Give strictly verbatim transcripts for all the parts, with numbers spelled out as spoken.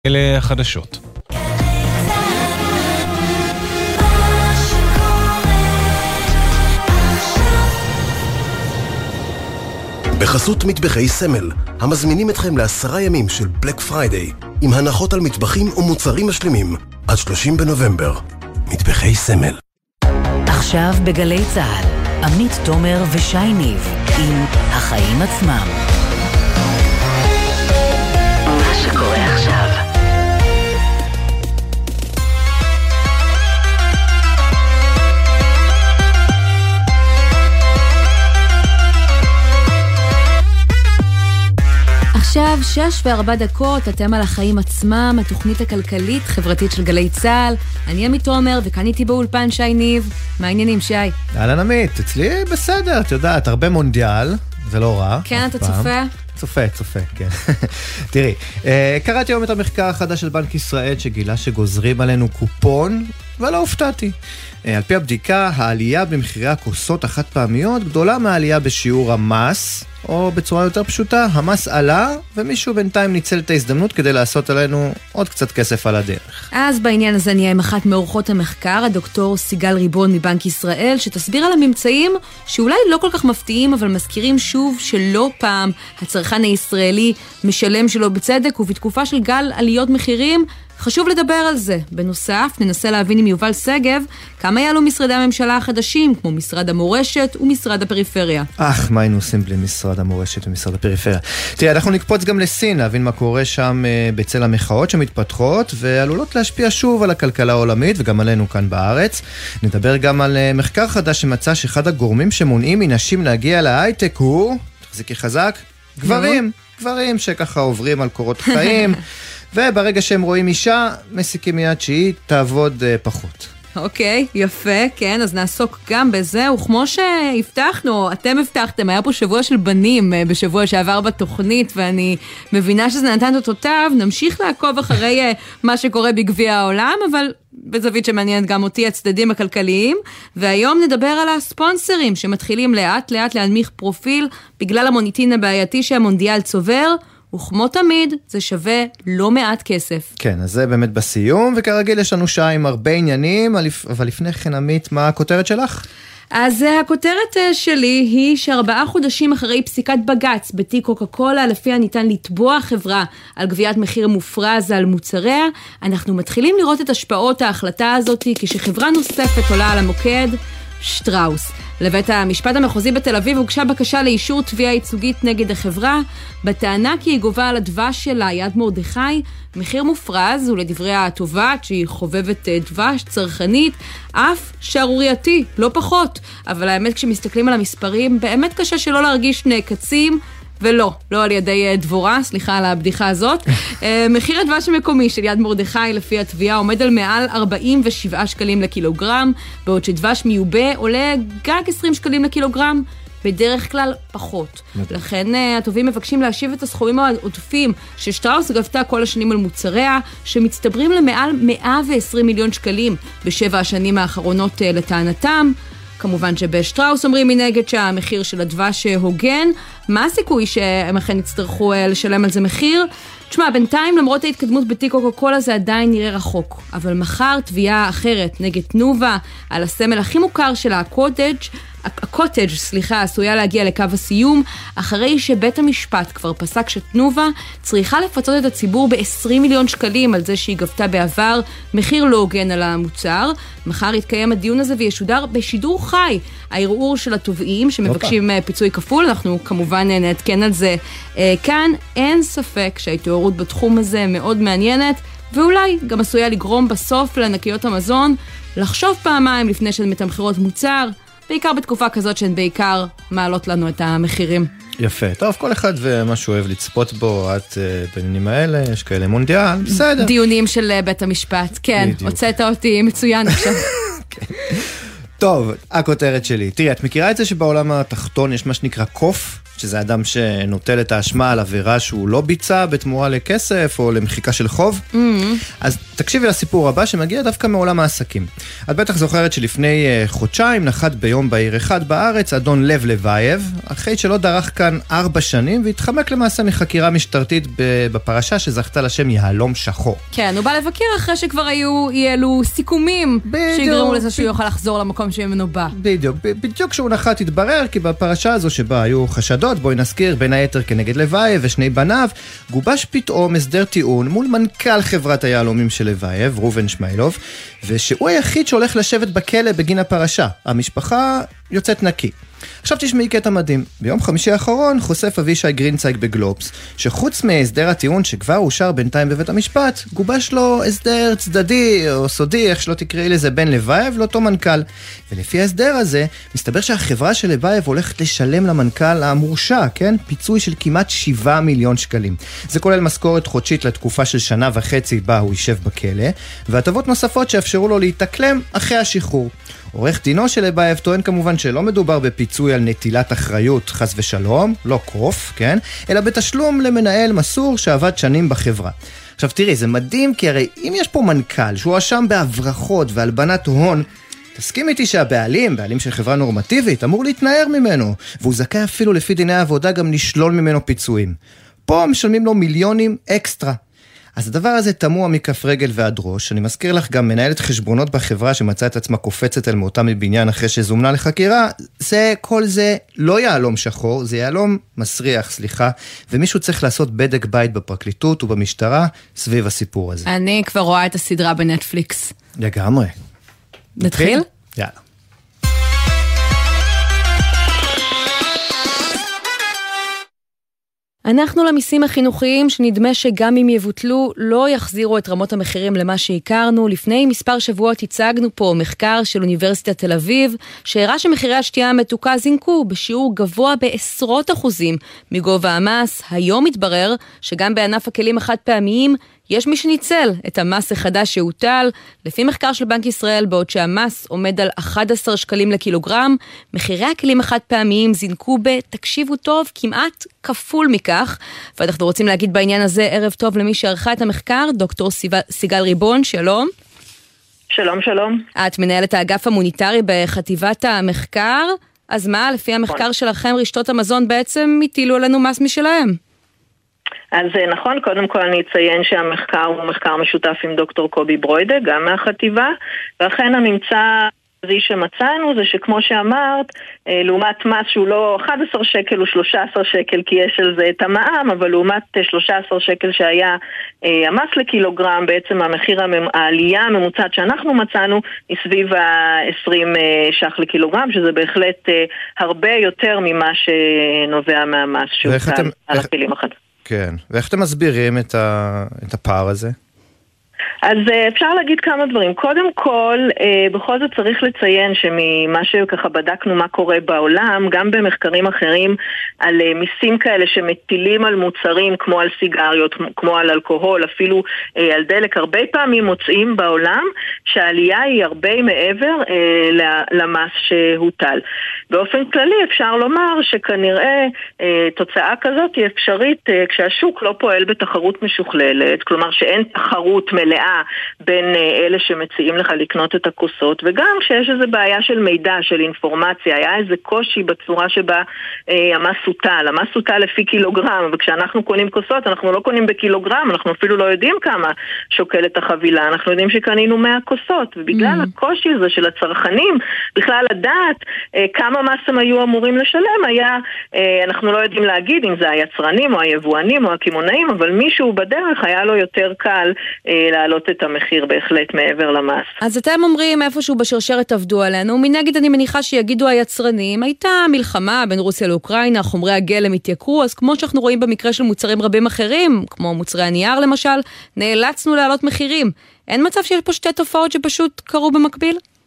אלה החדשות. בחסות מטבחי סמל, המזמינים אתכם לעשרה ימים של בלק פריידיי, עם הנחות על מטבחים ומוצרים משלימים, עד שלושים בנובמבר. מטבחי סמל. עכשיו בגלי צהל, עמית תומר ושי ניב, עם החיים עצמם. מה שקורה עכשיו. עכשיו שש וארבע דקות, אתם על החיים עצמם, התוכנית הכלכלית חברתית של גלי צהל. אני עמית תומר, וכאן איתי באולפן שי ניב. מה העניינים, שי? אהלן עמית, אצלי בסדר, את יודעת, הרבה מונדיאל, זה לא רע. כן, אתה צופה? צופה, צופה, כן. תראי, קראתי היום את המחקר החדש של בנק ישראל שגילה שגוזרים עלינו קופון, ולא הופתעתי. על פי הבדיקה, העלייה במחירי הכוסות החד פעמיות גדולה מהעלייה בשיעור המס, או בצורה יותר פשוטה, המס עלה, ומישהו בינתיים ניצל את ההזדמנות כדי לעשות עלינו עוד קצת כסף על הדרך. אז בעניין הזה נהיה עם אחת מאורחות המחקר, הדוקטור סיגל ריבון מבנק ישראל, שתסביר על הממצאים שאולי לא כל כך מפתיעים, אבל מזכירים שוב שלא פעם הצרכן הישראלי משלם שלא בצדק, ובתקופה של גל עליות מחירים, חשוב לדבר על זה. בנוסף, ננסה להבין עם יובל סגב כמה יעלו משרדי הממשלה החדשים, כמו משרד המורשת ומשרד הפריפריה. אך, מה היינו עושים בלי משרד המורשת ומשרד הפריפריה? תראה, אנחנו נקפוץ גם לסין, להבין מה קורה שם בצל המחאות שמתפתחות, ועלולות להשפיע שוב על הכלכלה העולמית, וגם עלינו כאן בארץ. נדבר גם על מחקר חדש שמצא שאחד הגורמים שמונעים מנשים להגיע להייטק הוא, תחזיקי חזק, גברים. גברים שככה עוברים על קורות חיים, וברגע שהם רואים אישה, מסיקים מיד שהיא תעבוד uh, פחות. אוקיי, okay, יפה, כן, אז נעסוק גם בזה, וכמו שהבטחנו, אתם הבטחתם, היה פה שבוע של בנים uh, בשבוע שעבר בתוכנית, ואני מבינה שזה נתן אותותיו, נמשיך לעקוב אחרי uh, מה שקורה בגביע העולם, אבל בזווית שמעניינת גם אותי הצדדים הכלכליים, והיום נדבר על הספונסרים שמתחילים לאט לאט להנמיך פרופיל, בגלל המוניטין הבעייתי שהמונדיאל צובר, וכמו תמיד, זה שווה לא מעט כסף. כן, אז זה באמת בסיום, וכרגיל יש לנו שעה עם הרבה עניינים, אבל לפני כן עמית, מה הכותרת שלך? אז הכותרת שלי היא שארבעה חודשים אחרי פסיקת בגץ בתיק קוקה קולה, לפיה ניתן לתבוע חברה על גביית מחיר מופרז על מוצריה, אנחנו מתחילים לראות את השפעות ההחלטה הזאת כשחברה נוספת עולה על המוקד, שטראוס. לבית המשפט המחוזי בתל אביב הוגשה בקשה לאישור תביעה ייצוגית נגד החברה, בטענה כי היא גובה על הדבש שלה, יד מרדכי, מחיר מופרז, ולדברי התובעת שהיא חובבת דבש צרכנית, אף שערורייתי, לא פחות. אבל האמת כשמסתכלים על המספרים, באמת קשה שלא להרגיש נעקצים, ולא, לא על ידי דבורה, סליחה על הבדיחה הזאת. מחיר הדבש המקומי של יד מרדכי לפי התביעה עומד על מעל ארבעים ושבעה שקלים לקילוגרם, בעוד שדבש מיובה עולה גג עשרים שקלים לקילוגרם, בדרך כלל פחות. לכן הטובים מבקשים להשיב את הסכומים העודפים ששטראוס גבתה כל השנים על מוצריה, שמצטברים למעל מאה ועשרים מיליון שקלים בשבע השנים האחרונות לטענתם. כמובן שבשטראוס אומרים מנגד שהמחיר של הדבש הוגן. מה הסיכוי שהם אכן יצטרכו לשלם על זה מחיר? תשמע, בינתיים למרות ההתקדמות בתיק קוקה קולה זה עדיין נראה רחוק. אבל מחר תביעה אחרת נגד תנובה על הסמל הכי מוכר שלה, הקוטג' הקוטג' סליחה, עשויה להגיע לקו הסיום, אחרי שבית המשפט כבר פסק שתנובה צריכה לפצות את הציבור ב-עשרים מיליון שקלים על זה שהיא גבתה בעבר מחיר לא הוגן על המוצר. מחר יתקיים הדיון הזה וישודר בשידור חי הערעור של התובעים שמבקשים אופה. פיצוי כפול, אנחנו כמובן נעדכן על זה אה, כאן. אין ספק שההתעוררות בתחום הזה מאוד מעניינת, ואולי גם עשויה לגרום בסוף לענקיות המזון לחשוב פעמיים לפני שהן מתמחרות מוצר, בעיקר בתקופה כזאת שהן בעיקר מעלות לנו את המחירים. יפה. טוב, כל אחד ומה שהוא אוהב לצפות בו, את בעניינים האלה, יש כאלה מונדיאל, בסדר. דיונים של בית המשפט, כן. הוצאת אותי מצוין עכשיו. טוב, הכותרת שלי. תראי, את מכירה את זה שבעולם התחתון יש מה שנקרא קוף, שזה אדם שנוטל את האשמה על עבירה שהוא לא ביצע בתמורה לכסף או למחיקה של חוב. Mm-hmm. אז תקשיבי לסיפור הבא שמגיע דווקא מעולם העסקים. את בטח זוכרת שלפני חודשיים נחת ביום בעיר אחד בארץ אדון לב לוייב, אחרי שלא דרך כאן ארבע שנים והתחמק למעשה מחקירה משטרתית בפרשה שזכתה לשם יהלום שחור. כן, הוא בא לבקר אחרי שכבר היו אלו סיכומים שיגרמו לזה שהוא יוכל לחזור למקום שממנו בא. בדיוק, בדיוק כשהוא נחת התברר כי בפרשה הזו שבה היו חשדות, בואי נזכיר, בין היתר כנגד לוייב ושני בניו, גובש פתאום הסדר טיעון מול מנכ"ל חברת היהלומים של לוייב, ראובן שמיילוב, ושהוא היחיד שהולך לשבת בכלא בגין הפרשה. המשפחה יוצאת נקי. עכשיו תשמעי קטע מדהים. ביום חמישי האחרון חושף אבישי גרינצייג בגלובס, שחוץ מהסדר הטיעון שכבר אושר בינתיים בבית המשפט, גובש לו הסדר צדדי או סודי, איך שלא תקראי לזה, בין לוייב לאותו מנכ"ל. ולפי ההסדר הזה, מסתבר שהחברה של לוייב הולכת לשלם למנכ"ל המורשע, כן? פיצוי של כמעט שבעה מיליון שקלים. זה כולל משכורת חודשית לתקופה של שנה וחצי בה הוא יישב בכלא, והטבות נוספות שאפשרו לו להתאקלם אחרי השחרור. עורך דינו של לוייב טוען כמובן שלא מדובר בפיצוי על נטילת אחריות חס ושלום, לא קוף, כן? אלא בתשלום למנהל מסור שעבד שנים בחברה. עכשיו תראי, זה מדהים כי הרי אם יש פה מנכ"ל שהוא אשם בהברחות והלבנת הון, תסכים איתי שהבעלים, בעלים של חברה נורמטיבית, אמור להתנער ממנו, והוא זכאי אפילו לפי דיני העבודה גם לשלול ממנו פיצויים. פה משלמים לו מיליונים אקסטרה. אז הדבר הזה תמוה מכף רגל ועד ראש. אני מזכיר לך גם מנהלת חשבונות בחברה שמצאה את עצמה קופצת אל מותה מבניין אחרי שזומנה לחקירה. זה, כל זה לא יהלום שחור, זה יהלום מסריח, סליחה, ומישהו צריך לעשות בדק בית בפרקליטות ובמשטרה סביב הסיפור הזה. אני כבר רואה את הסדרה בנטפליקס. לגמרי. נתחיל? יאללה. אנחנו למיסים החינוכיים שנדמה שגם אם יבוטלו לא יחזירו את רמות המחירים למה שהכרנו. לפני מספר שבועות הצגנו פה מחקר של אוניברסיטת תל אביב שהראה שמחירי השתייה המתוקה זינקו בשיעור גבוה בעשרות אחוזים מגובה המס. היום מתברר שגם בענף הכלים החד פעמיים יש מי שניצל את המס החדש שהוטל. לפי מחקר של בנק ישראל, בעוד שהמס עומד על אחד עשר שקלים לקילוגרם, מחירי הכלים החד פעמיים זינקו בתקשיבו טוב כמעט כפול מכך. ואנחנו רוצים להגיד בעניין הזה ערב טוב למי שערכה את המחקר, דוקטור סיגל ריבון, שלום. שלום, שלום. את מנהלת האגף המוניטרי בחטיבת המחקר. אז מה, לפי המחקר שלכם, רשתות המזון בעצם הטילו עלינו מס משלהם? אז נכון, קודם כל אני אציין שהמחקר הוא מחקר משותף עם דוקטור קובי ברוידה, גם מהחטיבה, ואכן הממצא הזה שמצאנו זה שכמו שאמרת, לעומת מס שהוא לא אחד עשר שקל הוא שלושה עשר שקל, כי יש על זה את המע"מ, אבל לעומת שלושה עשר שקל שהיה המס לקילוגרם, בעצם המחיר, העלייה הממוצעת שאנחנו מצאנו היא סביב ה-עשרים ש"ח לקילוגרם, שזה בהחלט הרבה יותר ממה שנובע מהמס שהוטל על הכלים החד. כן, ואיך אתם מסבירים את, ה... את הפער הזה? אז אפשר להגיד כמה דברים. קודם כל, בכל זאת צריך לציין שממה שככה בדקנו מה קורה בעולם, גם במחקרים אחרים על מיסים כאלה שמטילים על מוצרים כמו על סיגריות, כמו על אלכוהול, אפילו על דלק, הרבה פעמים מוצאים בעולם שהעלייה היא הרבה מעבר למס שהוטל. באופן כללי אפשר לומר שכנראה תוצאה כזאת היא אפשרית כשהשוק לא פועל בתחרות משוכללת, כלומר שאין תחרות מלאה בין אלה שמציעים לך לקנות את הכוסות, וגם שיש איזו בעיה של מידע, של אינפורמציה, היה איזה קושי בצורה שבה המס הוטל, המס הוטל לפי קילוגרם, וכשאנחנו קונים כוסות אנחנו לא קונים בקילוגרם, אנחנו אפילו לא יודעים כמה שוקלת החבילה, אנחנו יודעים שקנינו מאה כוסות, ובגלל mm. הקושי הזה של הצרכנים בכלל לדעת כמה מס הם היו אמורים לשלם, היה, אנחנו לא יודעים להגיד אם זה היצרנים או היבואנים או הכימונאים, אבל מישהו בדרך היה לו יותר קל להעלות את המחיר בהחלט מעבר למס. אז אתם אומרים איפשהו בשרשרת עבדו עלינו, מנגד אני מניחה שיגידו היצרנים, הייתה מלחמה בין רוסיה לאוקראינה, חומרי הגלם התייקרו, אז כמו שאנחנו רואים במקרה של מוצרים רבים אחרים, כמו מוצרי הנייר למשל, נאלצנו להעלות מחירים. אין מצב שיש פה שתי תופעות שפשוט קרו במקביל?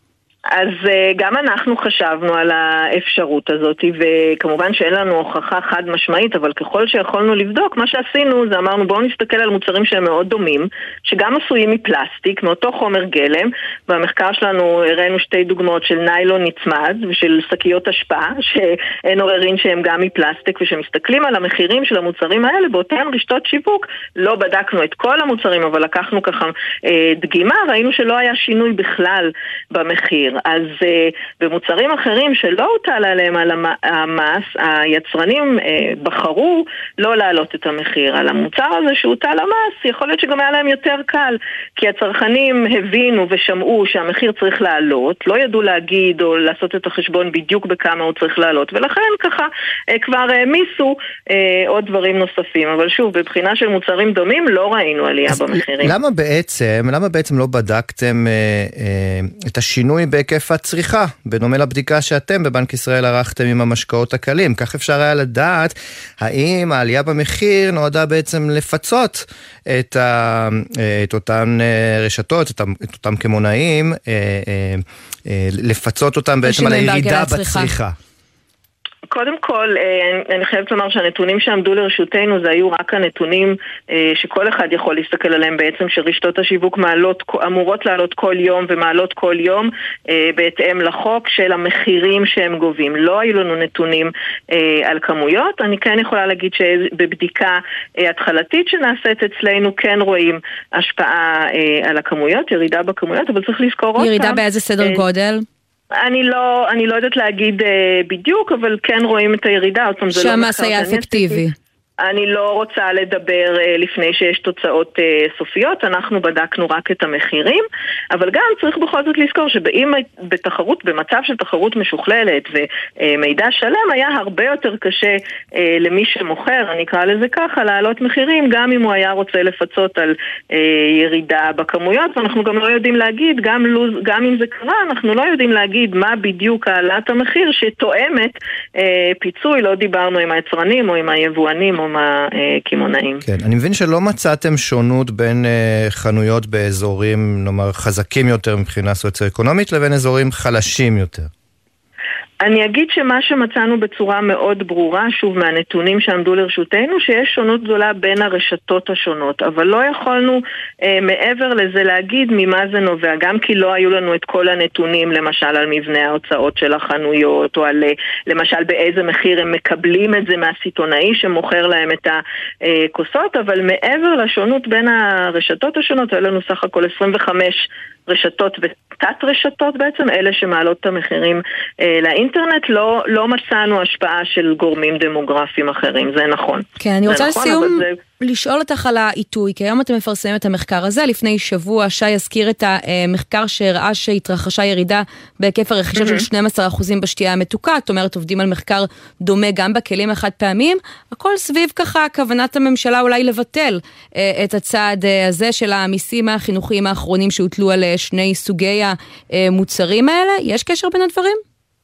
אז גם אנחנו חשבנו על האפשרות הזאת, וכמובן שאין לנו הוכחה חד משמעית, אבל ככל שיכולנו לבדוק, מה שעשינו זה אמרנו בואו נסתכל על מוצרים שהם מאוד דומים, שגם עשויים מפלסטיק, מאותו חומר גלם. במחקר שלנו הראינו שתי דוגמאות של ניילון נצמד ושל שקיות השפעה, שאין עוררין שהם גם מפלסטיק, ושמסתכלים על המחירים של המוצרים האלה באותן רשתות שיווק, לא בדקנו את כל המוצרים, אבל לקחנו ככה דגימה, ראינו שלא היה שינוי בכלל במחיר. אז uh, במוצרים אחרים שלא הוטל עליהם על המס, היצרנים uh, בחרו לא להעלות את המחיר. על המוצר הזה שהוטל המס, יכול להיות שגם היה להם יותר קל, כי הצרכנים הבינו ושמעו שהמחיר צריך לעלות, לא ידעו להגיד או לעשות את החשבון בדיוק בכמה הוא צריך לעלות, ולכן ככה uh, כבר העמיסו uh, עוד דברים נוספים. אבל שוב, בבחינה של מוצרים דומים לא ראינו עלייה במחירים. למה בעצם, למה בעצם לא בדקתם uh, uh, את השינוי בהיקף הצריכה, בדומה לבדיקה שאתם בבנק ישראל ערכתם עם המשקאות הקלים? כך אפשר היה לדעת האם העלייה במחיר נועדה בעצם לפצות את, ה, את אותן רשתות, את, את אותם כמונאים, לפצות אותם בעצם על הירידה בצריכה. קודם כל, אני חייבת לומר שהנתונים שעמדו לרשותנו זה היו רק הנתונים שכל אחד יכול להסתכל עליהם בעצם, שרשתות השיווק מעלות, אמורות לעלות כל יום ומעלות כל יום בהתאם לחוק של המחירים שהם גובים. לא היו לנו נתונים על כמויות. אני כן יכולה להגיד שבבדיקה התחלתית שנעשית אצלנו כן רואים השפעה על הכמויות, ירידה בכמויות, אבל צריך לזכור אותם. ירידה באיזה סדר גודל? אני לא, אני לא יודעת להגיד uh, בדיוק, אבל כן רואים את הירידה. שהמס היה אפקטיבי. אני לא רוצה לדבר uh, לפני שיש תוצאות uh, סופיות, אנחנו בדקנו רק את המחירים, אבל גם צריך בכל זאת לזכור שבאם בתחרות, במצב של תחרות משוכללת ומידע שלם, היה הרבה יותר קשה uh, למי שמוכר, אני אקרא לזה ככה, להעלות מחירים, גם אם הוא היה רוצה לפצות על uh, ירידה בכמויות, ואנחנו גם לא יודעים להגיד, גם, לוז, גם אם זה קרה, אנחנו לא יודעים להגיד מה בדיוק העלאת המחיר שתואמת uh, פיצוי, לא דיברנו עם היצרנים או עם היבואנים או מהכימונאים. כן, אני מבין שלא מצאתם שונות בין uh, חנויות באזורים, נאמר, חזקים יותר מבחינה סוציו-אקונומית, לבין אזורים חלשים יותר. אני אגיד שמה שמצאנו בצורה מאוד ברורה, שוב מהנתונים שעמדו לרשותנו, שיש שונות גדולה בין הרשתות השונות, אבל לא יכולנו אה, מעבר לזה להגיד ממה זה נובע, גם כי לא היו לנו את כל הנתונים, למשל על מבנה ההוצאות של החנויות, או על למשל באיזה מחיר הם מקבלים את זה מהסיטונאי שמוכר להם את הכוסות, אבל מעבר לשונות בין הרשתות השונות, היה לנו סך הכל עשרים וחמש רשתות ותת רשתות בעצם, אלה שמעלות את המחירים אה, לאינטרנט, לא, לא מצאנו השפעה של גורמים דמוגרפיים אחרים, זה נכון. כן, אני רוצה נכון, לסיום זה... לשאול אותך על העיתוי, כי היום אתם מפרסמים את המחקר הזה, לפני שבוע שי הזכיר את המחקר שהראה שהתרחשה ירידה בהיקף הרכישה של שנים עשר אחוז בשתייה המתוקה, זאת אומרת עובדים על מחקר דומה גם בכלים החד פעמים, הכל סביב ככה כוונת הממשלה אולי לבטל את הצעד הזה של המיסים החינוכיים האחרונים שהוטלו על שני סוגי המוצרים האלה. יש קשר בין הדברים?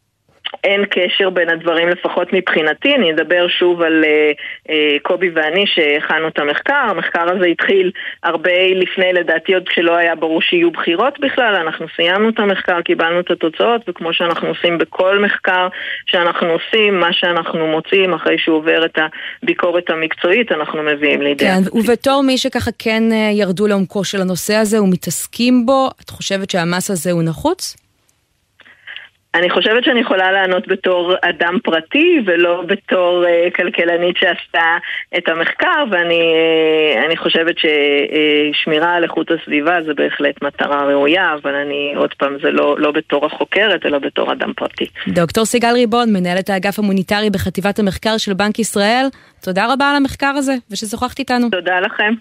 אין קשר בין הדברים, לפחות מבחינתי. אני אדבר שוב על uh, uh, קובי ואני שהכנו את המחקר. המחקר הזה התחיל הרבה לפני, לדעתי עוד כשלא היה ברור שיהיו בחירות בכלל. אנחנו סיימנו את המחקר, קיבלנו את התוצאות, וכמו שאנחנו עושים בכל מחקר שאנחנו עושים, מה שאנחנו מוצאים אחרי שהוא עובר את הביקורת המקצועית, אנחנו מביאים לידי. כן, ובתור מי שככה כן ירדו לעומקו של הנושא הזה ומתעסקים בו, את חושבת שהמס הזה הוא נחוץ? אני חושבת שאני יכולה לענות בתור אדם פרטי ולא בתור uh, כלכלנית שעשתה את המחקר, ואני uh, אני חושבת ששמירה על איכות הסביבה זה בהחלט מטרה ראויה, אבל אני עוד פעם זה לא, לא בתור החוקרת אלא בתור אדם פרטי. דוקטור סיגל ריבון, מנהלת האגף המוניטרי בחטיבת המחקר של בנק ישראל, תודה רבה על המחקר הזה וששוחחת איתנו. תודה לכם.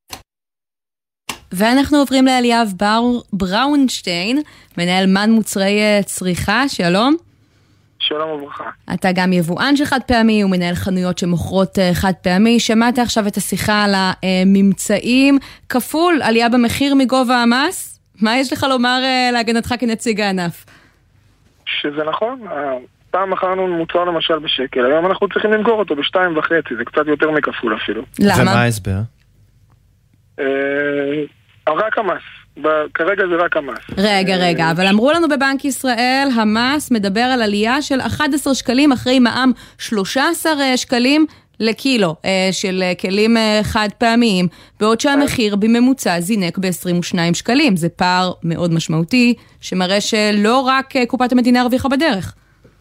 ואנחנו עוברים לאליאב בראונשטיין, מנהל מן מוצרי צריכה, שלום. שלום וברכה. אתה גם יבואן של חד פעמי ומנהל חנויות שמוכרות חד פעמי. שמעת עכשיו את השיחה על הממצאים, כפול עלייה במחיר מגובה המס. מה יש לך לומר להגנתך כנציג הענף? שזה נכון. פעם מכרנו מוצר למשל בשקל, היום אנחנו צריכים למכור אותו בשתיים וחצי, זה קצת יותר מכפול אפילו. למה? ומה ההסבר? רק המס. כרגע זה רק המס. רגע, רגע, אבל אמרו לנו בבנק ישראל, המס מדבר על עלייה של אחד עשר שקלים אחרי מע"מ שלושה עשר שקלים לקילו של כלים חד פעמיים, בעוד שהמחיר בממוצע זינק ב-עשרים ושניים שקלים. זה פער מאוד משמעותי, שמראה שלא רק קופת המדינה הרוויחה בדרך.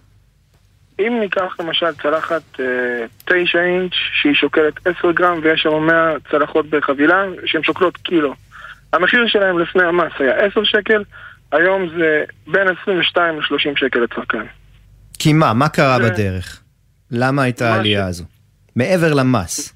אם ניקח למשל צלחת תשע אינץ' שהיא שוקלת עשרה גרם ויש שם מאה צלחות בחבילה שהן שוקלות קילו, המחיר שלהם לפני המס היה עשרה שקל, היום זה בין עשרים ושתיים ל-שלושים שקל לצרכן. כי מה? מה קרה בדרך? למה הייתה העלייה הזו? מעבר למס.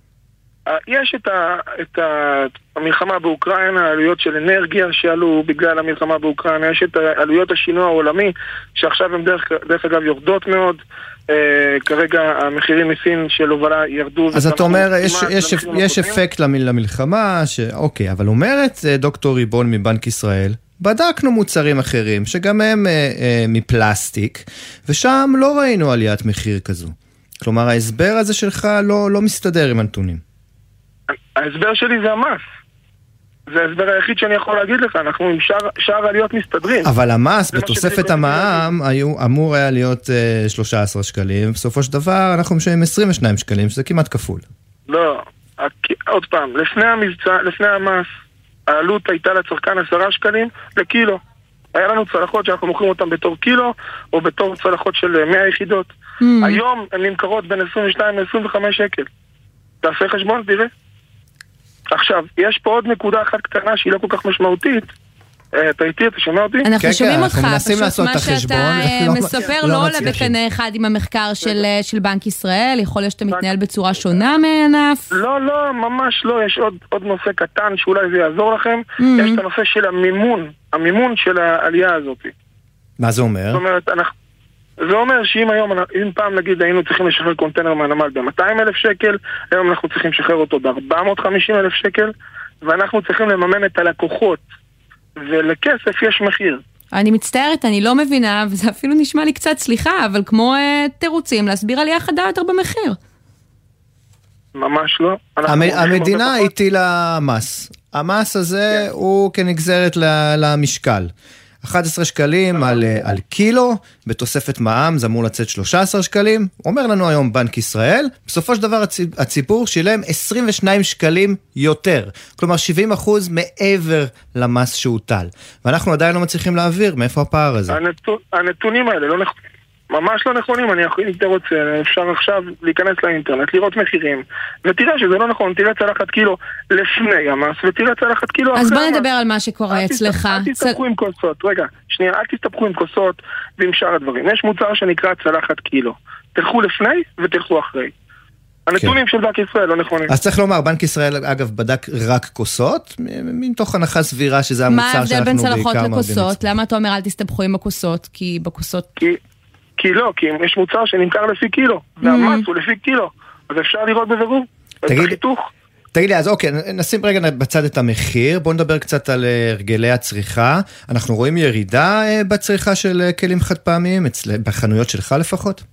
יש את, ה, את ה, המלחמה באוקראינה, העלויות של אנרגיה שעלו בגלל המלחמה באוקראינה, יש את עלויות השינוע העולמי שעכשיו הן דרך, דרך אגב יורדות מאוד, אה, כרגע המחירים מסין של הובלה ירדו. אז אתה אומר, יש, יש, יש אפקט למלחמה, ש... אוקיי, אבל אומרת דוקטור ריבון מבנק ישראל, בדקנו מוצרים אחרים שגם הם אה, אה, מפלסטיק, ושם לא ראינו עליית מחיר כזו. כלומר, ההסבר הזה שלך לא, לא מסתדר עם הנתונים. ההסבר שלי זה המס. זה ההסבר היחיד שאני יכול להגיד לך. אנחנו עם שאר, שאר עליות מסתדרים. אבל המס בתוספת המע"מ אמור היה להיות uh, שלושה עשר שקלים, ובסופו של דבר אנחנו משלמים עשרים ושניים שקלים, שזה כמעט כפול. לא, עוד פעם, לפני המבצע, לפני המס, העלות הייתה לצרכן עשרה שקלים לקילו. היה לנו צלחות שאנחנו מוכרים אותן בתור קילו, או בתור צלחות של מאה יחידות. Mm. היום הן נמכרות בין עשרים ושתיים ל-עשרים וחמש שקל. תעשה חשבון, תראה. עכשיו, יש פה עוד נקודה אחת קטנה שהיא לא כל כך משמעותית. אתה איתי, אתה שומע אותי? אנחנו שומעים אותך, פשוט מה שאתה מספר לא עולה בקנה אחד עם המחקר של בנק ישראל, יכול להיות שאתה מתנהל בצורה שונה מענף? לא, לא, ממש לא, יש עוד נושא קטן שאולי זה יעזור לכם, יש את הנושא של המימון, המימון של העלייה הזאת. מה זה אומר? זאת אומרת, זה אומר שאם היום, אם פעם נגיד היינו צריכים לשחרר קונטיינר מהנמל ב-מאתיים אלף שקל, היום אנחנו צריכים לשחרר אותו ב-ארבע מאות וחמישים אלף שקל, ואנחנו צריכים לממן את הלקוחות. ולכסף יש מחיר. אני מצטערת, אני לא מבינה, וזה אפילו נשמע לי קצת סליחה, אבל כמו uh, תירוצים להסביר עלייה חדה יותר במחיר. ממש לא. המ- המדינה הטילה מס. המס הזה yeah. הוא כנגזרת למשקל. אחד עשר שקלים על, על קילו, בתוספת מע"מ, זה אמור לצאת שלושה עשר שקלים. אומר לנו היום בנק ישראל, בסופו של דבר הציבור שילם עשרים ושניים שקלים יותר. כלומר שבעים אחוז מעבר למס שהוטל. ואנחנו עדיין לא מצליחים להעביר, מאיפה הפער הזה? הנתון, הנתונים האלה לא נכונים. ממש לא נכונים, אני יכול, אם אתה רוצה, אפשר עכשיו להיכנס לאינטרנט, לראות מחירים, ותראה שזה לא נכון, תראה צלחת קילו לפני המס, ותראה צלחת קילו אחרי המס. אז בוא נדבר על מה שקורה אצלך. אל תסתפחו עם כוסות, רגע, שנייה, אל תסתפחו עם כוסות ועם שאר הדברים. יש מוצר שנקרא צלחת קילו. תלכו לפני ותלכו אחרי. הנתונים של בנק ישראל לא נכונים. אז צריך לומר, בנק ישראל אגב בדק רק כוסות, מתוך הנחה סבירה שזה המוצר שאנחנו בעיקר מה ההבדל בין צלחות לכוסות? למה אתה אומר אל תסתבכו עם הכוסות? כי בכוסות... כי, כי לא, כי יש מוצר שנמכר לפי קילו, והמס הוא לפי קילו, אז אפשר לראות בבירור את החיתוך. תגיד לי, אז אוקיי, נשים רגע בצד את המחיר, בואו נדבר קצת על הרגלי הצריכה. אנחנו רואים ירידה בצריכה של כלים חד פעמיים, בחנויות שלך לפחות?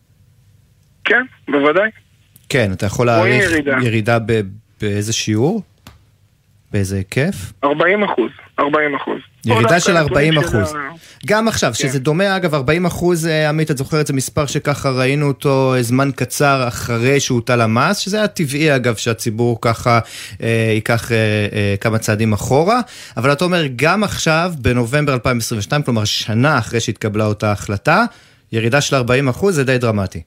כן, בוודאי. כן, אתה יכול להעריך ירידה, ירידה באיזה שיעור? באיזה היקף? ארבעים אחוז, ארבעים אחוז. ירידה של ארבעים אחוז. גם עכשיו, שזה דומה, אגב, ארבעים אחוז, עמית, את זוכרת, זה מספר שככה ראינו אותו זמן קצר אחרי שהוטל המס, שזה היה טבעי, אגב, שהציבור ככה ייקח כמה צעדים אחורה, אבל אתה אומר, גם עכשיו, בנובמבר אלפיים עשרים ושתיים, כלומר, שנה אחרי שהתקבלה אותה החלטה, ירידה של ארבעים אחוז זה די דרמטי.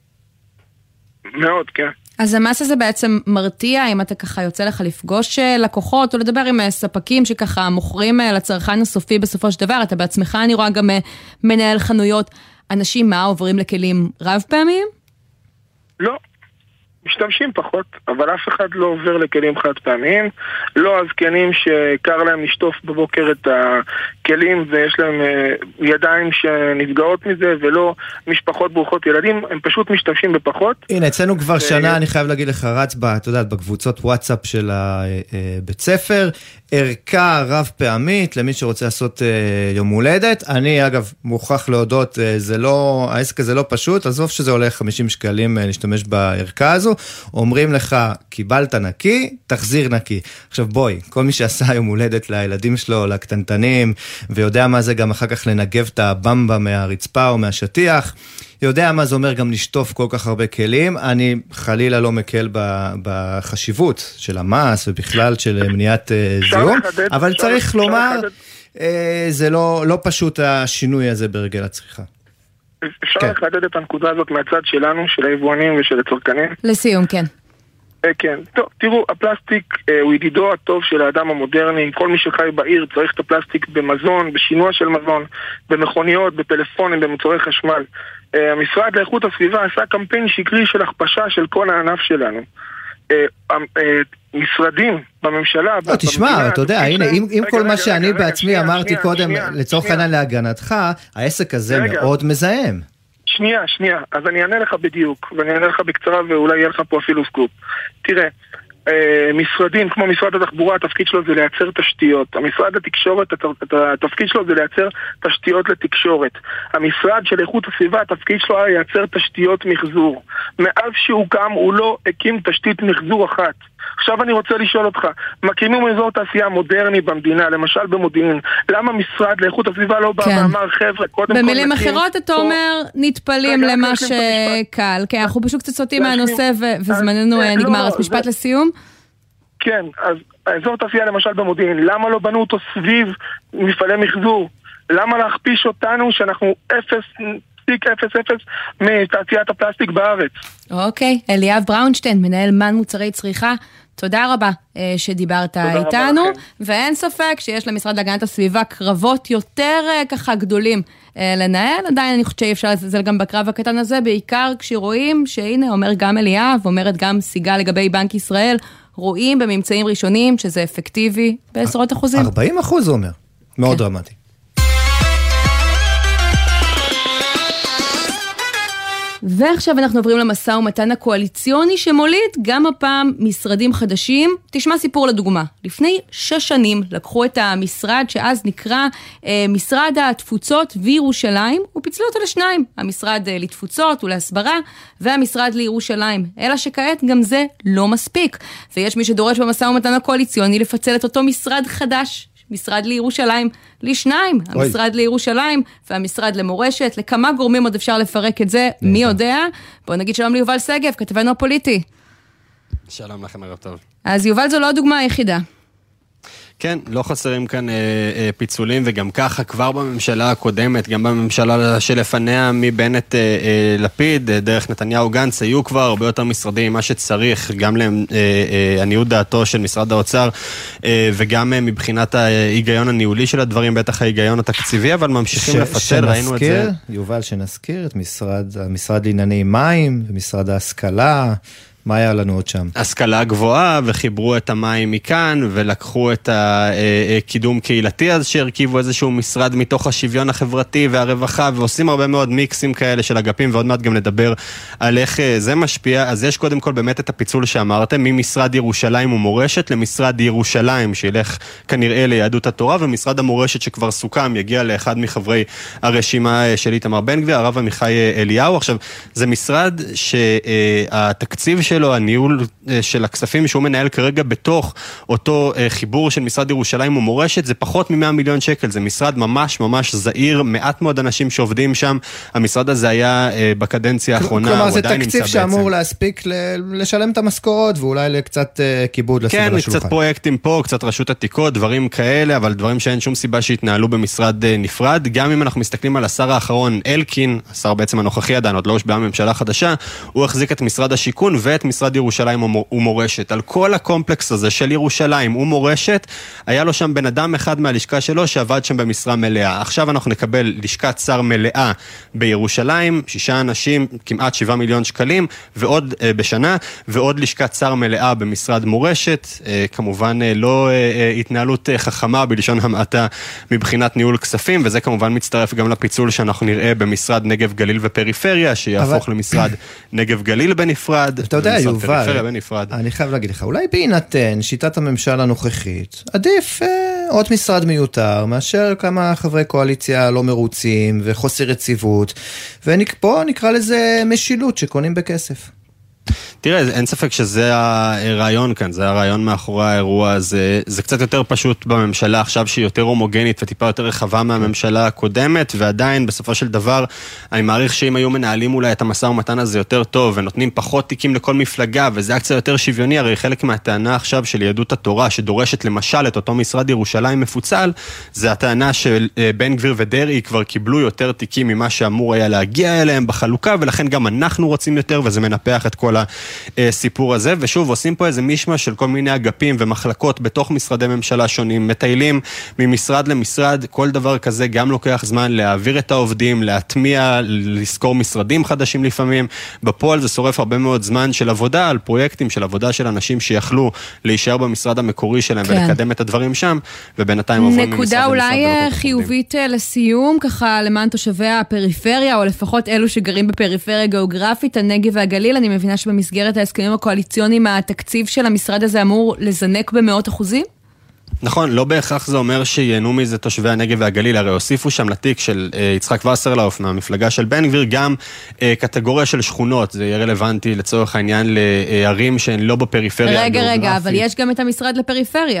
מאוד, כן. אז המס הזה בעצם מרתיע, אם אתה ככה יוצא לך לפגוש לקוחות, או לדבר עם ספקים שככה מוכרים לצרכן הסופי בסופו של דבר, אתה בעצמך, אני רואה גם מנהל חנויות, אנשים מה עוברים לכלים רב פעמים? לא. משתמשים פחות, אבל אף אחד לא עובר לכלים חד פעמיים, לא הזקנים שקר להם לשטוף בבוקר את הכלים ויש להם ידיים שנפגעות מזה, ולא משפחות ברוכות ילדים, הם פשוט משתמשים בפחות. הנה, אצלנו כבר שנה, אני חייב להגיד לך, רץ בה, אתה יודעת, בקבוצות וואטסאפ של הבית ספר, ערכה רב פעמית למי שרוצה לעשות אה, יום הולדת. אני אגב מוכרח להודות, אה, זה לא, העסק הזה לא פשוט, עזוב שזה עולה חמישים שקלים אה, להשתמש בערכה הזו, אומרים לך, קיבלת נקי, תחזיר נקי. עכשיו בואי, כל מי שעשה יום הולדת לילדים שלו, לקטנטנים, ויודע מה זה גם אחר כך לנגב את הבמבה מהרצפה או מהשטיח, יודע מה זה אומר גם לשטוף כל כך הרבה כלים. אני חלילה לא מקל בחשיבות של המס ובכלל של מניעת זיהום, אבל צריך לומר, זה לא פשוט השינוי הזה ברגל הצריכה. אפשר לחדד את הנקודה הזאת מהצד שלנו, של היבואנים ושל הצרכנים? לסיום, כן. כן, טוב, תראו, הפלסטיק הוא ידידו הטוב של האדם המודרני. כל מי שחי בעיר צריך את הפלסטיק במזון, בשינוע של מזון, במכוניות, בפלאפונים, במוצרי חשמל. המשרד לאיכות הסביבה עשה קמפיין שקרי של הכפשה של כל הענף שלנו. משרדים בממשלה... לא, תשמע, אתה יודע, הנה, אם כל מה שאני בעצמי אמרתי קודם, לצורך העניין להגנתך, העסק הזה מאוד מזהם. שנייה, שנייה, אז אני אענה לך בדיוק, ואני אענה לך בקצרה ואולי יהיה לך פה אפילו סקופ. תראה, משרדים כמו משרד התחבורה, התפקיד שלו זה לייצר תשתיות. המשרד התקשורת, התפקיד שלו זה לייצר תשתיות לתקשורת. המשרד של איכות הסביבה, התפקיד שלו היה לייצר תשתיות מחזור. מאז שהוא קם הוא לא הקים תשתית מחזור אחת. עכשיו אני רוצה לשאול אותך, מקימים אזור תעשייה מודרני במדינה, למשל במודיעין, למה משרד לאיכות הסביבה לא בא ואמר, חבר'ה, קודם כל... במילים אחרות אתה אומר, נתפלים למה שקל, כי אנחנו פשוט קצת סוטים מהנושא וזמננו נגמר, אז משפט לסיום? כן, אז האזור תעשייה למשל במודיעין, למה לא בנו אותו סביב מפעלי מחזור? למה להכפיש אותנו שאנחנו אפס... אפס אפס מתעשיית הפלסטיק בארץ. אוקיי, אליאב בראונשטיין, מנהל מן מוצרי צריכה, תודה רבה שדיברת איתנו, ואין ספק שיש למשרד להגנת הסביבה קרבות יותר ככה גדולים לנהל, עדיין אני חושבת שאי אפשר לזלזל גם בקרב הקטן הזה, בעיקר כשרואים שהנה אומר גם אליאב, אומרת גם סיגה לגבי בנק ישראל, רואים בממצאים ראשונים שזה אפקטיבי בעשרות אחוזים. ארבעים אחוז אומר, מאוד דרמטי. ועכשיו אנחנו עוברים למשא ומתן הקואליציוני שמוליד גם הפעם משרדים חדשים. תשמע סיפור לדוגמה. לפני שש שנים לקחו את המשרד שאז נקרא אה, משרד התפוצות וירושלים, ופיצלו אותו לשניים. המשרד אה, לתפוצות ולהסברה והמשרד לירושלים. אלא שכעת גם זה לא מספיק. ויש מי שדורש במשא ומתן הקואליציוני לפצל את אותו משרד חדש. משרד לירושלים, לשניים, המשרד לירושלים והמשרד למורשת, לכמה גורמים עוד אפשר לפרק את זה, מי יודע? בואו נגיד שלום ליובל סגב, כתבנו הפוליטי. שלום לכם, ערב טוב. אז יובל זו לא הדוגמה היחידה. כן, לא חסרים כאן אה, אה, פיצולים, וגם ככה כבר בממשלה הקודמת, גם בממשלה שלפניה מבנט אה, אה, לפיד, אה, דרך נתניהו גנץ, היו כבר הרבה יותר משרדים, מה שצריך, גם לעניות אה, אה, דעתו של משרד האוצר, אה, וגם אה, מבחינת ההיגיון הניהולי של הדברים, בטח ההיגיון התקציבי, אבל ממשיכים ש- לפצל, ראינו את זה. יובל, שנזכיר את משרד, המשרד לענייני מים, ומשרד ההשכלה, מה היה לנו עוד שם? השכלה גבוהה, וחיברו את המים מכאן, ולקחו את הקידום קהילתי, אז שהרכיבו איזשהו משרד מתוך השוויון החברתי והרווחה, ועושים הרבה מאוד מיקסים כאלה של אגפים, ועוד מעט גם נדבר על איך זה משפיע. אז יש קודם כל באמת את הפיצול שאמרתם, ממשרד ירושלים ומורשת למשרד ירושלים, שילך כנראה ליהדות התורה, ומשרד המורשת שכבר סוכם, יגיע לאחד מחברי הרשימה של איתמר בן גביר, הרב עמיחי אליהו. עכשיו, זה משרד שהתקציב של שלו, הניהול של הכספים שהוא מנהל כרגע בתוך אותו חיבור של משרד ירושלים ומורשת, זה פחות מ-מאה מיליון שקל, זה משרד ממש ממש זעיר, מעט מאוד אנשים שעובדים שם, המשרד הזה היה בקדנציה האחרונה, כלומר זה תקציב שאמור להספיק לשלם את המשכורות, ואולי לקצת כיבוד לשים על השולחן. כן, קצת פרויקטים פה, קצת רשות עתיקות, דברים כאלה, אבל דברים שאין שום סיבה שהתנהלו במשרד נפרד. גם אם אנחנו מסתכלים על השר האחרון, אלקין, השר בעצם הנוכחי עדיין, עוד לא הושבע ממשלה חדשה, הוא החזיק את משרד השיכון ואת משרד ירושלים ומורשת. על כל הקומפלקס הזה של ירושלים ומורשת, היה לו שם בן אדם אחד מהלשכה שלו שעבד שם במשרה מלאה. עכשיו אנחנו נקבל לשכת שר מלאה בירושלים, שישה אנשים, כמעט שבעה מיליון שקלים, ועוד uh, בשנה, ועוד לשכת שר מלאה במשרד מורשת. Uh, כמובן uh, לא uh, התנהלות uh, חכמה בלשון המעטה מבחינת ניהול כספים, וזה כמובן מצטרף גם לפיצול שאנחנו נראה במשרד נגב גליל ופריפריה, שיהפוך אבל... למשרד נגב גליל בנפרד. אתה יודע, פריפריה בנפרד. אני חייב להגיד לך, אולי בהינתן שיטת הממשל הנוכחית, עדיף אה, עוד משרד מיותר, מאשר כמה חברי קואליציה לא מרוצים וחוסר רציבות, ופה נקרא לזה משילות שקונים בכסף. תראה, אין ספק שזה הרעיון כאן, זה הרעיון מאחורי האירוע הזה, זה קצת יותר פשוט בממשלה עכשיו שהיא יותר הומוגנית וטיפה יותר רחבה מהממשלה הקודמת, ועדיין בסופו של דבר אני מעריך שאם היו מנהלים אולי את המשא ומתן הזה יותר טוב ונותנים פחות תיקים לכל מפלגה וזה היה קצת יותר שוויוני, הרי חלק מהטענה עכשיו של יהדות התורה שדורשת למשל את אותו משרד ירושלים מפוצל, זה הטענה של בן גביר ודרעי כבר קיבלו יותר תיקים ממה שאמור היה להגיע אליהם בחלוקה, ולכן גם אנחנו רוצים יותר, וזה מנפח את כל הסיפור הזה, ושוב עושים פה איזה מישמע של כל מיני אגפים ומחלקות בתוך משרדי ממשלה שונים, מטיילים ממשרד למשרד, כל דבר כזה גם לוקח זמן להעביר את העובדים, להטמיע, לזכור משרדים חדשים לפעמים, בפועל זה שורף הרבה מאוד זמן של עבודה על פרויקטים, של עבודה של אנשים שיכלו להישאר במשרד המקורי שלהם כן. ולקדם את הדברים שם, ובינתיים עוברים ממשרד למשרד. נקודה אולי חיובית לסיום, ככה למען תושבי הפריפריה, או לפחות אלו שגרים בפריפריה גיאוגרפית, הנגב והגליל, אני מבינה שבמסגרת ההסכמים הקואליציוניים, התקציב של המשרד הזה אמור לזנק במאות אחוזים? נכון, לא בהכרח זה אומר שיהנו מזה תושבי הנגב והגליל, הרי הוסיפו שם לתיק של יצחק וסרלאוף מהמפלגה של בן גביר, גם קטגוריה של שכונות, זה יהיה רלוונטי לצורך העניין לערים שהן לא בפריפריה. רגע, רגע, אבל יש גם את המשרד לפריפריה.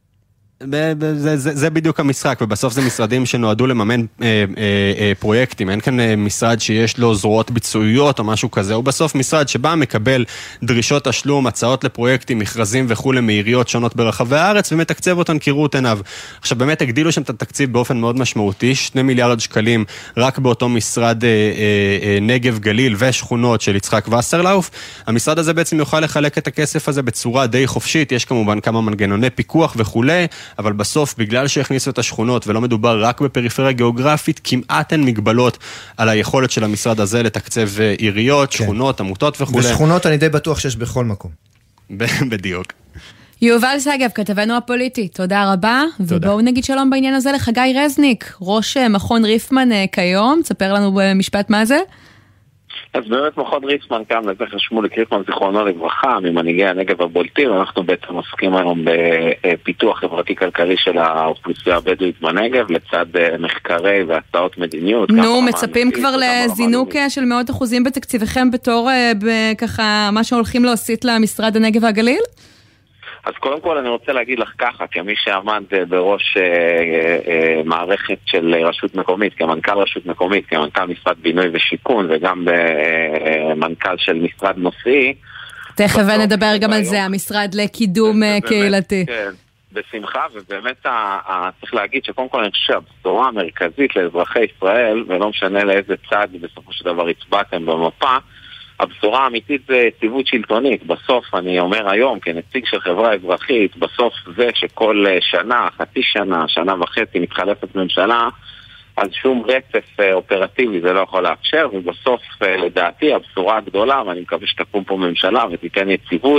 זה, זה, זה בדיוק המשחק, ובסוף זה משרדים שנועדו לממן אה, אה, אה, פרויקטים, אין כאן אה, משרד שיש לו זרועות ביצועיות או משהו כזה, הוא בסוף משרד שבא מקבל דרישות תשלום, הצעות לפרויקטים, מכרזים וכו' מעיריות שונות ברחבי הארץ, ומתקצב אותן כראות עיניו. עכשיו באמת הגדילו שם את התקציב באופן מאוד משמעותי, שני מיליארד שקלים רק באותו משרד אה, אה, אה, נגב גליל ושכונות של יצחק וסרלאוף. המשרד הזה בעצם יוכל לחלק את הכסף הזה בצורה די חופשית, יש כמובן כמה מנגנוני פיקוח וכו', אבל בסוף, בגלל שהכניסו את השכונות, ולא מדובר רק בפריפריה גיאוגרפית, כמעט אין מגבלות על היכולת של המשרד הזה לתקצב עיריות, כן. שכונות, עמותות וכו'. ושכונות אני די בטוח שיש בכל מקום. בדיוק. יובל סגב, כתבנו הפוליטי, תודה רבה, תודה. ובואו נגיד שלום בעניין הזה לחגי רזניק, ראש מכון ריפמן כיום, תספר לנו במשפט מה זה. אז באמת מכון ריפמן קם לזכר שמוליק ריפמן זיכרונו לברכה, ממנהיגי הנגב הבולטים, אנחנו בעצם עוסקים היום בפיתוח חברתי-כלכלי של האוכלוסייה הבדואית בנגב, לצד מחקרי והצעות מדיניות. נו, מצפים כבר לזינוק של מאות אחוזים בתקציביכם בתור ככה מה שהולכים להוסיף למשרד הנגב והגליל? אז קודם כל אני רוצה להגיד לך ככה, כמי שעמד בראש אה, אה, מערכת של רשות מקומית, כמנכ"ל רשות מקומית, כמנכ"ל משרד בינוי ושיכון, וגם במנכ"ל של משרד נושאי. תכף נדבר גם על זה, המשרד לקידום קהילתי. כן, בשמחה, ובאמת צריך להגיד שקודם כל אני חושב שהבשורה המרכזית לאזרחי ישראל, ולא משנה לאיזה צד בסופו של דבר הצבעתם במפה, הבשורה האמיתית זה יציבות שלטונית. בסוף, אני אומר היום, כנציג של חברה אזרחית, בסוף זה שכל שנה, חצי שנה, שנה וחצי מתחלפת ממשלה, אז שום רצף אופרטיבי זה לא יכול לאפשר, ובסוף, לדעתי, הבשורה הגדולה, ואני מקווה שתקום פה ממשלה ותיתן יציבות,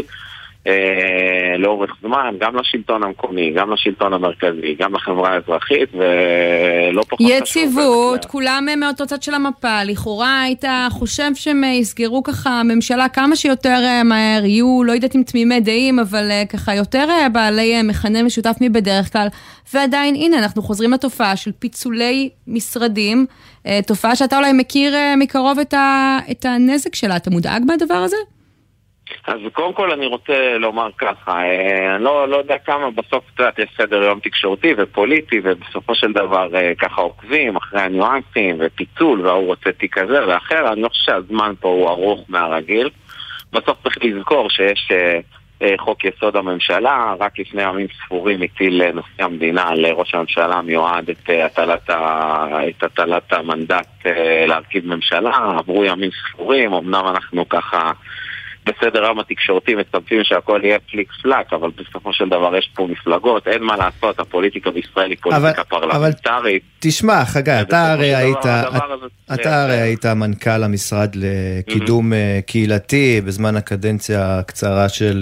לאורך זמן, גם לשלטון המקומי, גם לשלטון המרכזי, גם לחברה האזרחית, ולא פחות חשוב. יציבות, כולם מאותו צד של המפה, לכאורה היית חושב שהם יסגרו ככה ממשלה כמה שיותר מהר, יהיו, לא יודעת אם תמימי דעים, אבל ככה יותר בעלי מכנה משותף מבדרך כלל, ועדיין, הנה, אנחנו חוזרים לתופעה של פיצולי משרדים, תופעה שאתה אולי מכיר מקרוב את, ה, את הנזק שלה, אתה מודאג מהדבר הזה? אז קודם כל אני רוצה לומר ככה, אני לא, לא יודע כמה בסוף קצת יש סדר יום תקשורתי ופוליטי, ובסופו של דבר ככה עוקבים אחרי הניואנסים ופיצול, והוא רוצה תיק כזה ואחר, אני לא חושב שהזמן פה הוא ארוך מהרגיל. בסוף צריך לזכור שיש חוק יסוד הממשלה, רק לפני ימים ספורים הטיל נשיא המדינה לראש הממשלה מיועד את הטלת, את הטלת המנדט להרכיב ממשלה, עברו ימים ספורים, אמנם אנחנו ככה בסדר רם התקשורתי מצפים שהכל יהיה פליק פלק, אבל בסופו של דבר יש פה מפלגות, אין מה לעשות, הפוליטיקה בישראל היא פוליטיקה פרלמנטרית. תשמע, חגי, אתה הרי היית, אתה הרי היית מנכ"ל המשרד לקידום קהילתי בזמן הקדנציה הקצרה של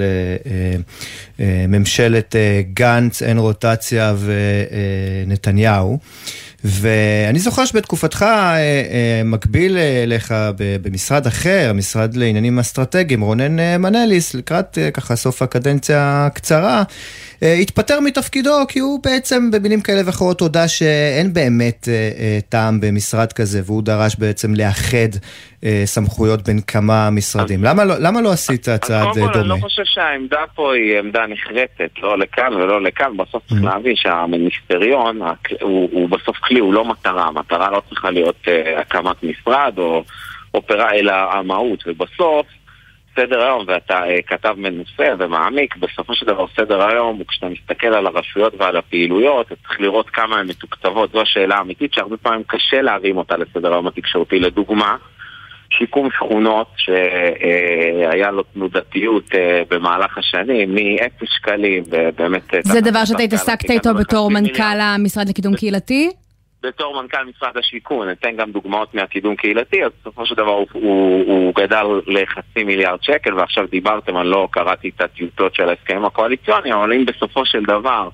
ממשלת גנץ, אין רוטציה ונתניהו. ואני זוכר שבתקופתך מקביל אליך במשרד אחר, משרד לעניינים אסטרטגיים, רונן מנליס, לקראת ככה סוף הקדנציה הקצרה, התפטר מתפקידו, כי הוא בעצם במילים כאלה ואחרות הודע שאין באמת טעם במשרד כזה, והוא דרש בעצם לאחד סמכויות בין כמה משרדים. למה לא, למה לא עשית צעד דומה? אני לא חושב שהעמדה פה היא עמדה נחרטת, לא לכאן ולא לכאן. בסוף צריך להבין שהמיניסטריון הוא בסוף כלי, הוא לא מטרה. המטרה לא צריכה להיות הקמת משרד או אופרה, אלא המהות. ובסוף סדר היום, ואתה כתב מנוסה ומעמיק, בסופו של דבר סדר היום, וכשאתה מסתכל על הרשויות ועל הפעילויות, אתה צריך לראות כמה הן מתוקצבות. זו השאלה האמיתית שהרבה פעמים קשה להרים אותה לסדר היום התקשורתי. לדוגמה, שיקום שכונות שהיה לו תנודתיות במהלך השנים, מאפס שקלים, ובאמת... זה דבר שאתה התעסקת איתו בתור מנכ"ל המשרד לקידום קהילתי? בתור מנכ"ל משרד השיכון, ניתן גם דוגמאות מהקידום קהילתי, אז בסופו של דבר הוא, הוא, הוא גדל לחצי מיליארד שקל, ועכשיו דיברתם, אני לא קראתי את הטיוטות של ההסכמים הקואליציוניים, אבל אם בסופו של דבר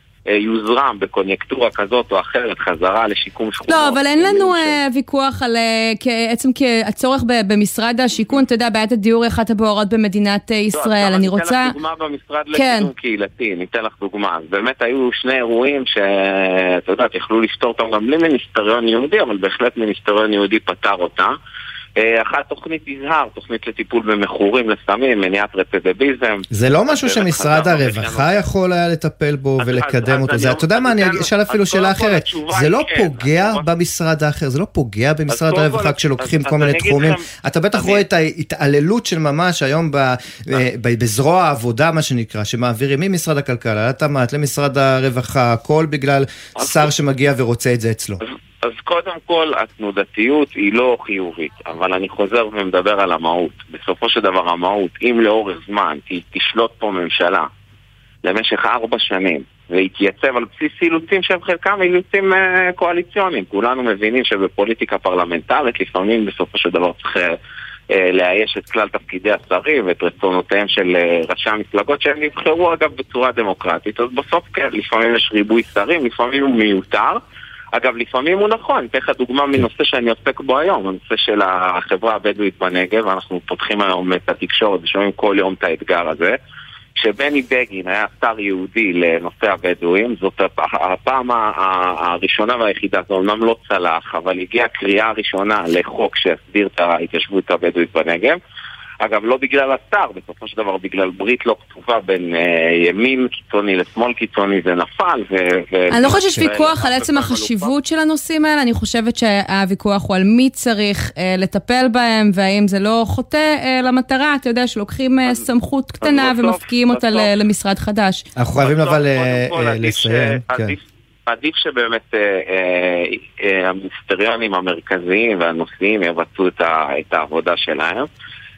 יוזרם בקונייקטורה כזאת או אחרת חזרה לשיקום שכונות. לא, אבל אין לנו ויכוח על עצם כצורך במשרד השיכון, אתה יודע, בעיית הדיור היא אחת הבוערות במדינת ישראל. אני רוצה... ניתן לך דוגמה במשרד לקידום קהילתי, ניתן לך דוגמה. באמת היו שני אירועים שאתה יודע, יכלו לפתור אותם גם בלי מיניסטריון יהודי, אבל בהחלט מיניסטריון יהודי פתר אותה. אחת תוכנית יזהר, תוכנית לטיפול במכורים לסמים, מניעת רצידיביזם. זה לא משהו שמשרד הרווחה יכול היה לטפל בו ולקדם אותו. זה, אתה יודע מה, אני אשאל אפילו שאלה אחרת. זה לא פוגע במשרד האחר, זה לא פוגע במשרד הרווחה כשלוקחים כל מיני תחומים. אתה בטח רואה את ההתעללות של ממש היום בזרוע העבודה, מה שנקרא, שמעבירים ממשרד הכלכלה, לתמ"ת, למשרד הרווחה, הכל בגלל שר שמגיע ורוצה את זה אצלו. אז קודם כל, התנודתיות היא לא חיובית, אבל אני חוזר ומדבר על המהות. בסופו של דבר המהות, אם לאורך זמן תשלוט פה ממשלה למשך ארבע שנים, והתייצב על בסיס אילוצים שהם חלקם אילוצים uh, קואליציוניים. כולנו מבינים שבפוליטיקה פרלמנטרית לפעמים בסופו של דבר צריך uh, לאייש את כלל תפקידי השרים ואת רצונותיהם של uh, ראשי המפלגות שהם נבחרו אגב בצורה דמוקרטית. אז בסוף כן, לפעמים יש ריבוי שרים, לפעמים הוא מיותר. אגב, לפעמים הוא נכון. אתן לך דוגמה מנושא שאני עוסק בו היום, הנושא של החברה הבדואית בנגב. אנחנו פותחים היום את התקשורת ושומעים כל יום את האתגר הזה. כשבני בגין היה שר יהודי לנושא הבדואים, זאת הפעם הראשונה והיחידה, זה אומנם לא צלח, אבל הגיעה קריאה ראשונה לחוק שהסדיר את ההתיישבות הבדואית בנגב. אגב, לא בגלל השר, בסופו של דבר בגלל ברית לא כתובה בין אה, ימין קיצוני לשמאל קיצוני, זה נפל. ו- ו- אני לא חושבת שיש ויכוח על עצם החשיבות של הנושאים האלה, אני חושבת שהוויכוח הוא על מי צריך אה, לטפל בהם, והאם זה לא חוטא אה, למטרה, אתה יודע שלוקחים אה, סמכות קטנה ומפקיעים אותה ל- למשרד חדש. אנחנו חייבים אבל לסיים. עדיף שבאמת אה, אה, אה, המיניסטריונים המרכזיים והנושאים יבצעו את, ה- את העבודה שלהם.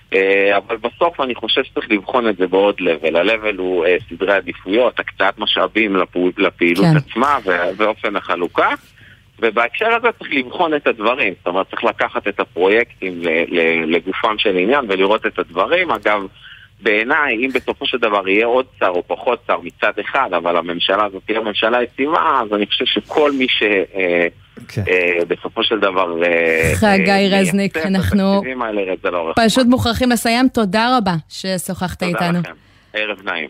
אבל בסוף אני חושב שצריך לבחון את זה בעוד לבל. הלבל הוא סדרי עדיפויות, הקצאת משאבים לפעילות עצמה ואופן החלוקה, ובהקשר הזה צריך לבחון את הדברים. זאת אומרת, צריך לקחת את הפרויקטים לגופם של עניין ולראות את הדברים. אגב, בעיניי, אם בסופו של דבר יהיה עוד שר או פחות שר מצד אחד, אבל הממשלה הזאת תהיה ממשלה יציבה, אז אני חושב שכל מי ש... בסופו של דבר חגי רזניק, אנחנו פשוט מוכרחים לסיים. תודה רבה ששוחחת איתנו. ערב נעים.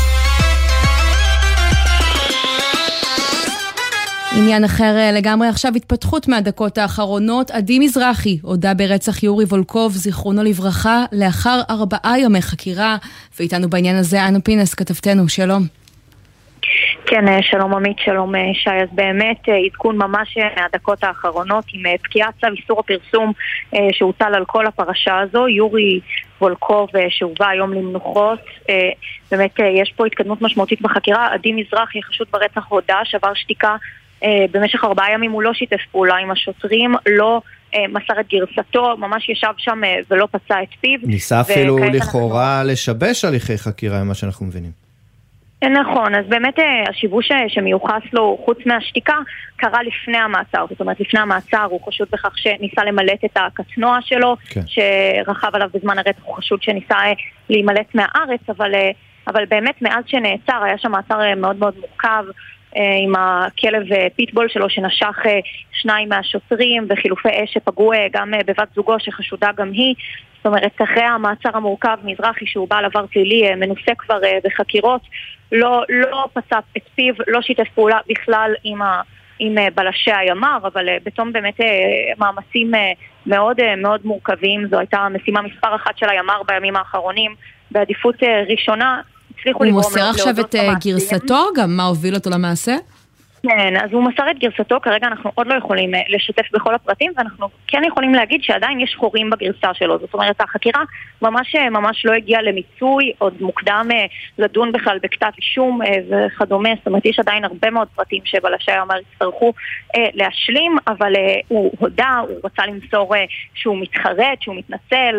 עניין אחר לגמרי עכשיו, התפתחות מהדקות האחרונות. עדי מזרחי הודה ברצח יורי וולקוב זיכרונו לברכה לאחר ארבעה ימי חקירה, ואיתנו בעניין הזה אנה פינס כתבתנו. שלום. כן, שלום עמית, שלום שי. אז באמת עדכון ממש מהדקות האחרונות עם פקיעת צו איסור הפרסום שהוטל על כל הפרשה הזו. יורי וולקוב שהובא היום למנוחות, באמת יש פה התקדמות משמעותית בחקירה. עדי מזרחי חשוד ברצח הודה, שבר שתיקה. במשך ארבעה ימים הוא לא שיתף פעולה עם השוטרים, לא מסר את גרסתו, ממש ישב שם ולא פצע את פיו. ניסה אפילו לכאורה אנחנו... לשבש הליכי חקירה, מה שאנחנו מבינים. נכון, אז באמת השיבוש שמיוחס לו חוץ מהשתיקה קרה לפני המעצר. זאת אומרת, לפני המעצר הוא חשוד בכך שניסה למלט את הקצנוע שלו, כן. שרכב עליו בזמן הרצח, הוא חשוד שניסה להימלט מהארץ, אבל, אבל באמת מאז שנעצר היה שם מעצר מאוד מאוד מורכב, עם הכלב פיטבול שלו שנשך שניים מהשוטרים וחילופי אש שפגעו גם בבת זוגו שחשודה גם היא. זאת אומרת, אחרי המעצר המורכב, מזרחי שהוא בעל עבר פלילי, מנוסה כבר בחקירות, לא, לא פצע את פיו, לא שיתף פעולה בכלל עם, ה, עם בלשי הימ"ר, אבל בתום באמת מאמצים מאוד מאוד מורכבים. זו הייתה משימה מספר אחת של הימ"ר בימים האחרונים, בעדיפות ראשונה. הוא מוסר עכשיו את גרסתו, גם מה הוביל אותו למעשה? כן, אז הוא מסר את גרסתו, כרגע אנחנו עוד לא יכולים לשתף בכל הפרטים, ואנחנו כן יכולים להגיד שעדיין יש חורים בגרסה שלו. זאת אומרת, החקירה ממש ממש לא הגיעה למיצוי, עוד מוקדם לדון בכלל בכתב אישום וכדומה. זאת אומרת, יש עדיין הרבה מאוד פרטים שבלשי הימ"ר יצטרכו להשלים, אבל הוא הודע, הוא רצה למסור שהוא מתחרט, שהוא מתנצל,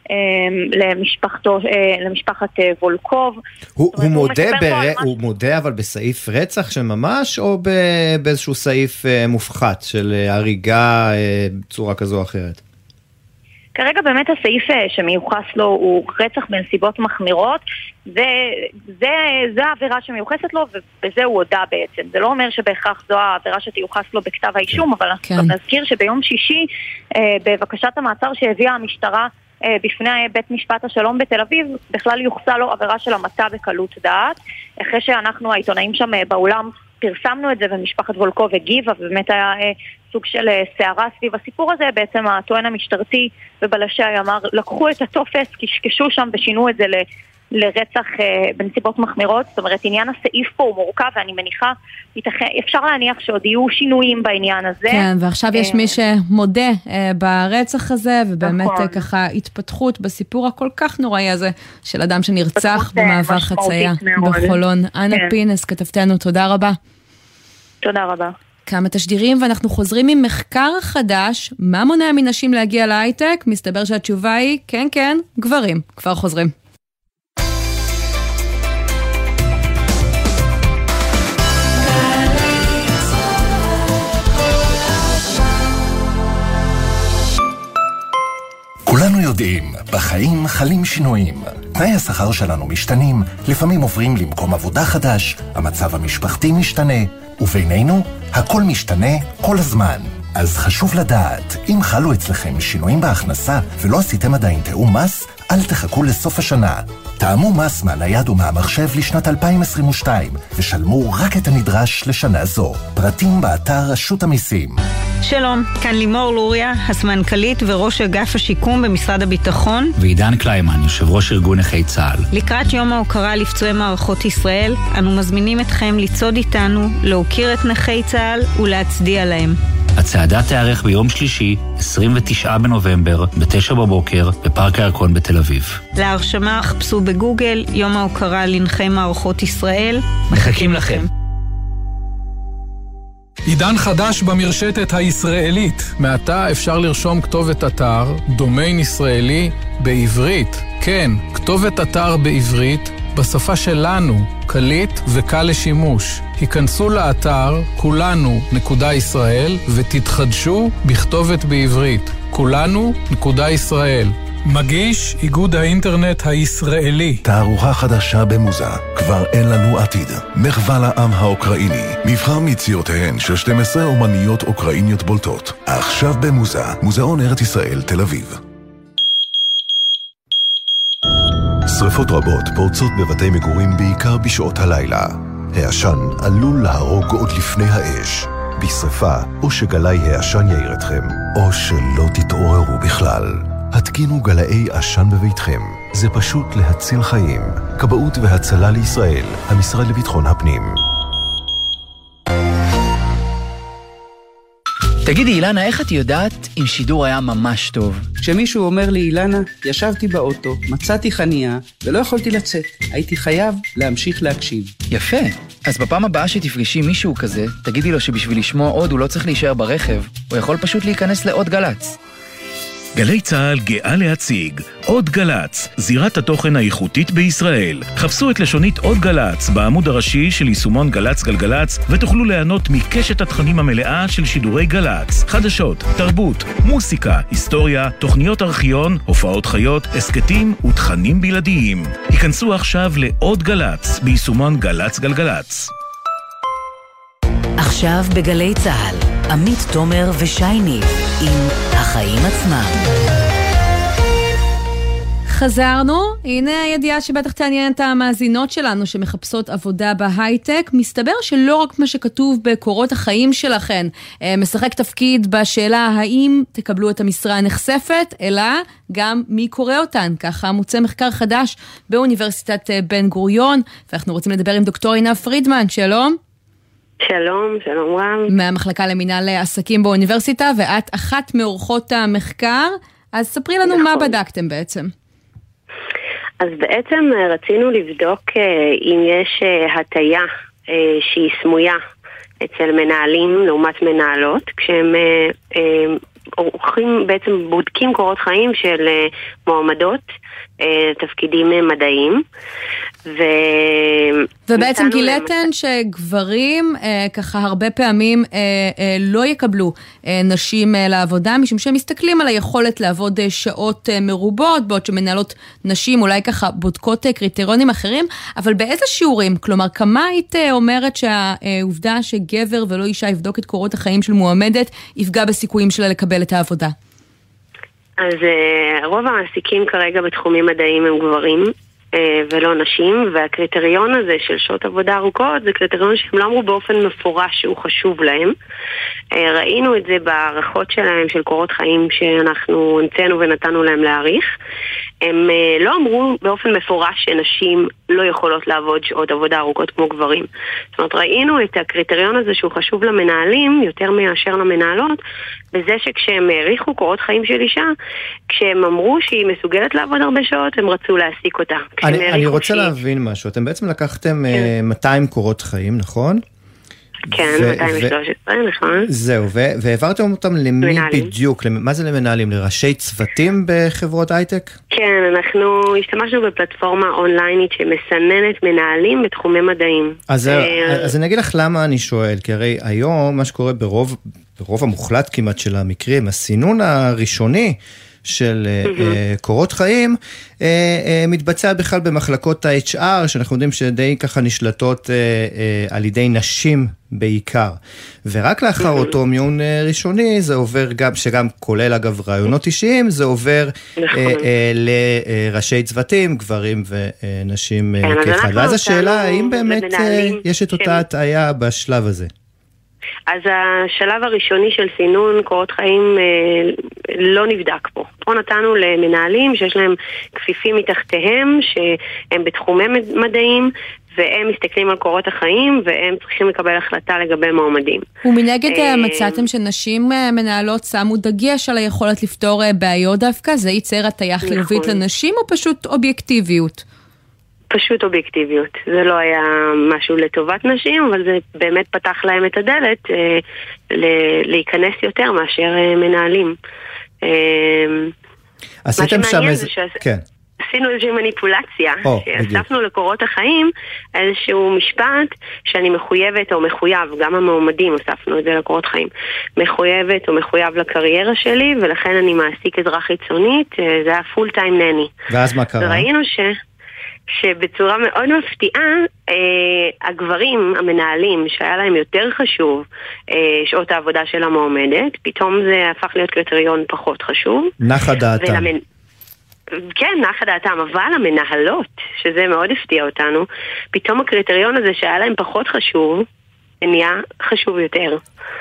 למשפחתו, למשפחת וולקוב. הוא, הוא מודה, בר... הוא מודה אבל בסעיף רצח של ממש, או באיזשהו סעיף מופחת של הריגה בצורה כזו או אחרת? כרגע באמת הסעיף שמיוחס לו הוא רצח בנסיבות מחמירות, זה, זה, זה העבירה שמיוחסת לו, ובזה הוא הודע בעצם. זה לא אומר שבהכרח זו העבירה שתיוחס לו בכתב האישום, אבל כן. אנחנו נזכיר שביום שישי, בבקשת המעצר שהביאה המשטרה בפני בית משפט השלום בתל אביב, בכלל יוחסה לו עבירה של המתה בקלות דעת. אחרי שאנחנו, העיתונאים שם באולם, פרסמנו את זה, ומשפחת וולקוב הגיבה, ובאמת היה סוג של סערה סביב הסיפור הזה. בעצם הטוען המשטרתי ובלשי הימ"ר לקחו את הטופס, קשקשו שם ושינו את זה ל... לרצח בנסיבות מחמירות. זאת אומרת, עניין הסעיף פה הוא מורכב, ואני מניחה, אפשר להניח שעוד יהיו שינויים בעניין הזה. כן, ועכשיו יש מי שמודה ברצח הזה, ובאמת ככה התפתחות בסיפור הכל כך נוראי הזה, של אדם שנרצח במעבר חצייה בחולון. אנה פינס, כתבתנו, תודה רבה. תודה רבה. כמה תשדירים, ואנחנו חוזרים עם מחקר חדש. מה מונע מנשים להגיע להייטק? מסתבר שהתשובה היא, כן, כן, גברים. כבר חוזרים. כולנו יודעים, בחיים חלים שינויים. תנאי השכר שלנו משתנים, לפעמים עוברים למקום עבודה חדש, המצב המשפחתי משתנה, ובינינו, הכל משתנה כל הזמן. אז חשוב לדעת, אם חלו אצלכם שינויים בהכנסה ולא עשיתם עדיין תיאום מס, אל תחכו לסוף השנה. תאמו מס מהנייד ומהמחשב לשנת אלפיים עשרים ושתיים, ושלמו רק את הנדרש לשנה זו. פרטים באתר רשות המיסים. שלום, כאן לימור לוריה, הסמנכ"לית וראש אגף השיקום במשרד הביטחון. ועידן קליימן, יושב ראש ארגון נכי צה"ל. לקראת יום ההוקרה לפצועי מערכות ישראל, אנו מזמינים אתכם לצעוד איתנו, להוקיר את נכי צה"ל ולהצדיע להם. הצעדה תארך ביום שלישי, עשרים ותשעה בנובמבר, בתשע בבוקר, בפארק הירקון בתל אביב. להרשמה חפשו בגוגל יום ההוקרה לנכי מערכות ישראל. מחכים לכם. עידן חדש במרשתת הישראלית. מעתה אפשר לרשום כתובת אתר, דומיין ישראלי, בעברית. כן, כתובת אתר בעברית, בשפה שלנו, קליט וקל לשימוש. היכנסו לאתר כולנו נקודה ישראל ותתחדשו בכתובת בעברית. כולנו נקודה ישראל. מגיש איגוד האינטרנט הישראלי. תערוכה חדשה במוזה, כבר אין לנו עתיד. מחווה לעם האוקראיני, מבחר מציאותיהן של שתים עשרה אומניות אוקראיניות בולטות. עכשיו במוזה, מוזיאון ארץ ישראל תל אביב. שריפות רבות פורצות בבתי מגורים בעיקר בשעות הלילה. העשן עלול להרוג עוד לפני האש. בשריפה, או שגלי העשן יעיר אתכם, או שלא תתעוררו בכלל. התקינו גלאי עשן בביתכם. זה פשוט להציל חיים. כבאות והצלה לישראל, המשרד לביטחון הפנים. תגידי אילנה, איך את יודעת אם שידור היה ממש טוב? כשמישהו אומר לי, אילנה, ישבתי באוטו, מצאתי חנייה ולא יכולתי לצאת. הייתי חייב להמשיך להקשיב. יפה. אז בפעם הבאה שתפגשי מישהו כזה, תגידי לו שבשביל לשמוע עוד הוא לא צריך להישאר ברכב, הוא יכול פשוט להיכנס לעוד גלץ. גלי צהל גאה להציג עוד גלץ, זירת התוכן האיכותית בישראל. חפשו את לשונית עוד גלץ בעמוד הראשי של יישומון גלץ גלגלץ, ותוכלו ליהנות מקשת התכנים המלאה של שידורי גלץ, חדשות, תרבות, מוסיקה, היסטוריה, תוכניות ארכיון, הופעות חיות, הסקטים ותכנים בלעדיים. היכנסו עכשיו לעוד גלץ ביישומון גלץ גלגלץ. עכשיו בגלי צהל, עמית תומר ושייני עם החיים עצמם. חזרנו, הנה הידיעה שבטח תעניין את המאזינות שלנו שמחפשות עבודה בהייטק. מסתבר שלא רק מה שכתוב בקורות החיים שלכן משחק תפקיד בשאלה האם תקבלו את המשרה הנחשפת, אלא גם מי קורא אותן. ככה מוצא מחקר חדש באוניברסיטת בן גוריון, ואנחנו רוצים לדבר עם דוקטור עינב פרידמן. שלום. שלום, שלום רב. מהמחלקה למינהל עסקים באוניברסיטה, ואת אחת מאורחות המחקר, אז ספרי לנו נכון. מה בדקתם בעצם. אז בעצם רצינו לבדוק אם יש הטיה שהיא סמויה אצל מנהלים לעומת מנהלות, כשהם עורכים, בעצם בודקים קורות חיים של מועמדות, תפקידים מדעיים. ו... ובעצם גילתן שגברים אה, ככה הרבה פעמים אה, אה, לא יקבלו אה, נשים אה, לעבודה, משום שהם מסתכלים על היכולת לעבוד אה, שעות אה, מרובות, בעוד שמנהלות נשים אולי ככה בודקות אה, קריטריונים אחרים, אבל באיזה שיעורים? כלומר, כמה היית אה, אומרת שהעובדה שגבר ולא אישה יבדוק את קורות החיים של מועמדת, יפגע בסיכויים שלה לקבל את העבודה? אז אה, רוב המעסיקים כרגע בתחומים מדעיים הם גברים, ולא נשים, והקריטריון הזה של שעות עבודה ארוכות זה קריטריון שהם לא אמרו באופן מפורש שהוא חשוב להם. ראינו את זה בערכות שלהם של קורות חיים שאנחנו המצאנו ונתנו להם להעריך. הם לא אמרו באופן מפורש שנשים לא יכולות לעבוד שעות עבודה ארוכות כמו גברים. זאת אומרת, ראינו את הקריטריון הזה שהוא חשוב למנהלים יותר מאשר למנהלות, בזה שכשהם העריכו קורות חיים של אישה, כשהם אמרו שהיא מסוגלת לעבוד הרבה שעות, הם רצו להעסיק אותה. אני, אני רוצה שהיא... להבין משהו. אתם בעצם לקחתם כן. מאתיים קורות חיים, נכון? כן, מאתיים ושלוש עשרה, נכון. זהו, והעברתם אותם למי בדיוק? מה זה למנהלים? לראשי צוותים בחברות הייטק? כן, אנחנו השתמשנו בפלטפורמה אונליינית שמסננת מנהלים בתחומי מדעים. אז אני אגיד לך למה אני שואל, כי הרי היום מה שקורה ברוב, ברוב המוחלט כמעט של המקרים, הסינון הראשוני של קורות חיים, מתבצע בכלל במחלקות ה-אייץ' אר, שאנחנו יודעים שדי ככה נשלטות על ידי נשים בעיקר. ורק לאחר אותו מיון ראשוני, זה עובר גם, שגם כולל אגב רעיונות אישיים, זה עובר לראשי צוותים, גברים ונשים כאחד. ואז השאלה, האם באמת יש את אותה הטעיה בשלב הזה? אז השלב הראשוני של סינון קורות חיים אה, לא נבדק פה. פה נתנו למנהלים שיש להם כפיפים מתחתיהם, שהם בתחומי מדעים, והם מסתכלים על קורות החיים, והם צריכים לקבל החלטה לגבי מועמדים. ומנגד מצאתם שנשים מנהלות שמו דגש על היכולת לפתור בעיות דווקא? זה ייצר הטיה חיובית לנשים או פשוט אובייקטיביות? פשוט אובייקטיביות. זה לא היה משהו לטובת נשים, אבל זה באמת פתח להם את הדלת אה, ל- להיכנס יותר מאשר אה, מנהלים. אה, עשיתם שם איזה... שעש... כן. עשינו איזושהי מניפולציה, oh, שאספנו לקורות החיים איזשהו משפט שאני מחויבת או מחויב, גם המועמדים אספנו את זה לקורות חיים, מחויבת או מחויב לקריירה שלי, ולכן אני מעסיק עזרה חיצונית, זה היה פול טיים נני. ואז מה קרה? וראינו ש... שבצורה מאוד מפתיעה, אה, הגברים, המנהלים, שהיה להם יותר חשוב אה, שעות העבודה של המועמדת, פתאום זה הפך להיות קריטריון פחות חשוב. נחה דעתם. ולמנ... כן, נחה דעתם, אבל המנהלות, שזה מאוד הפתיע אותנו, פתאום הקריטריון הזה שהיה להם פחות חשוב, נהיה חשוב יותר.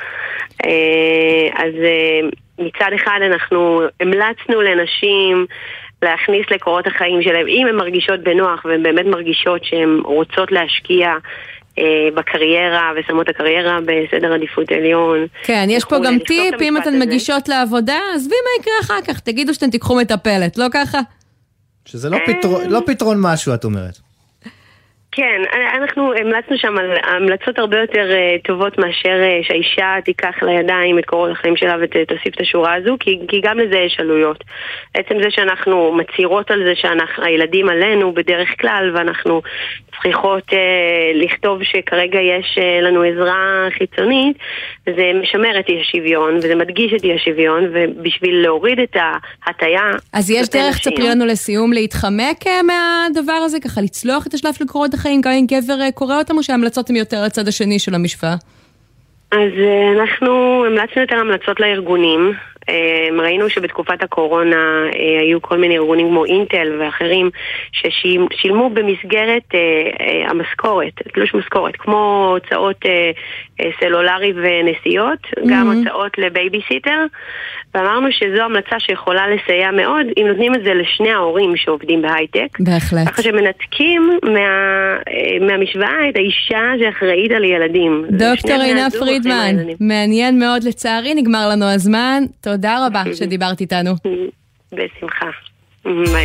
אה, אז אה, מצד אחד אנחנו המלצנו לנשים להכניס לקורות החיים שלהם, אם הן מרגישות בנוח והן באמת מרגישות שהן רוצות להשקיע אה, בקריירה ושמות הקריירה בסדר עדיפות עליון. כן, יש פה גם טיפ, אם אתן מגישות לעבודה, עזבי מה יקרה אחר כך, תגידו שאתן תיקחו מטפלת, לא ככה? שזה לא פתרון, לא פתרון משהו, את אומרת. כן, אנחנו המלצנו שם על המלצות הרבה יותר uh, טובות מאשר uh, שהאישה תיקח לידיים את קורות החיים שלה ותוסיף את השורה הזו, כי, כי גם לזה יש עלויות. בעצם זה שאנחנו מצהירות על זה שהילדים עלינו בדרך כלל, ואנחנו צריכות uh, לכתוב שכרגע יש uh, לנו עזרה חיצונית, זה משמר את אי השוויון, וזה מדגיש את אי השוויון, ובשביל להוריד את ההטיה... אז יש דרך, תספרי לנו לסיום, להתחמק מהדבר הזה, ככה לצלוח את השלב של קורות החיים, גם אם גבר קורא אותם, או שההמלצות הן יותר לצד השני של המשוואה? אז אנחנו המלצנו יותר המלצות לארגונים. ראינו שבתקופת הקורונה היו כל מיני ארגונים כמו אינטל ואחרים ששילמו במסגרת המשכורת, תלוש משכורת, כמו הוצאות סלולרי ונסיעות, גם הוצאות לבייביסיטר, ואמרנו שזו המלצה שיכולה לסייע מאוד אם נותנים את זה לשני ההורים שעובדים בהייטק. בהחלט. ככה שמנתקים מה, מהמשוואה את האישה שאחראית על ילדים. דוקטור עינת פרידמן, מעניין מאוד, לצערי נגמר לנו הזמן. תודה רבה שדיברת איתנו. בשמחה. ביי.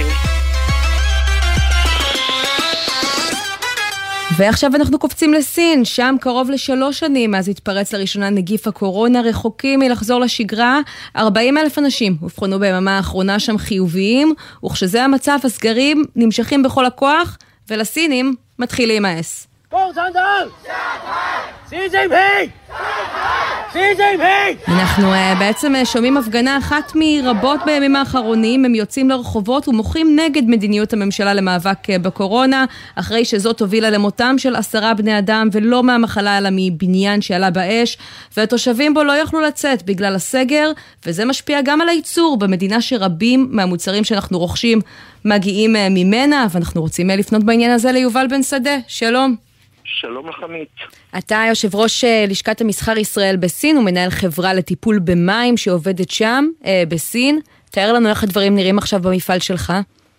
ועכשיו אנחנו קופצים לסין, שם קרוב לשלוש שנים אז התפרץ לראשונה נגיף הקורונה, רחוקים מלחזור לשגרה, ארבעים אלף אנשים הובחנו ביממה האחרונה שם חיוביים, וכשזה המצב הסגרים נמשכים בכל הכוח, ולסינים מתחילים האס. אנחנו uh, בעצם uh, שומעים הפגנה אחת מרבות בימים האחרונים, הם יוצאים לרחובות ומוחים נגד מדיניות הממשלה למאבק uh, בקורונה, אחרי שזאת הובילה למותם של עשרה בני אדם ולא מהמחלה אלא מבניין שעלה באש, והתושבים בו לא יכלו לצאת בגלל הסגר, וזה משפיע גם על הייצור במדינה שרבים מהמוצרים שאנחנו רוכשים מגיעים uh, ממנה, ואנחנו רוצים uh, לפנות בעניין הזה ליובל בן שדה. שלום. שלום לחמית. אתה יושב ראש לשכת המסחר ישראל בסין ומנהל חברה לטיפול במים שעובדת שם אה, בסין. תאר לנו איך הדברים נראים עכשיו במפעל שלך.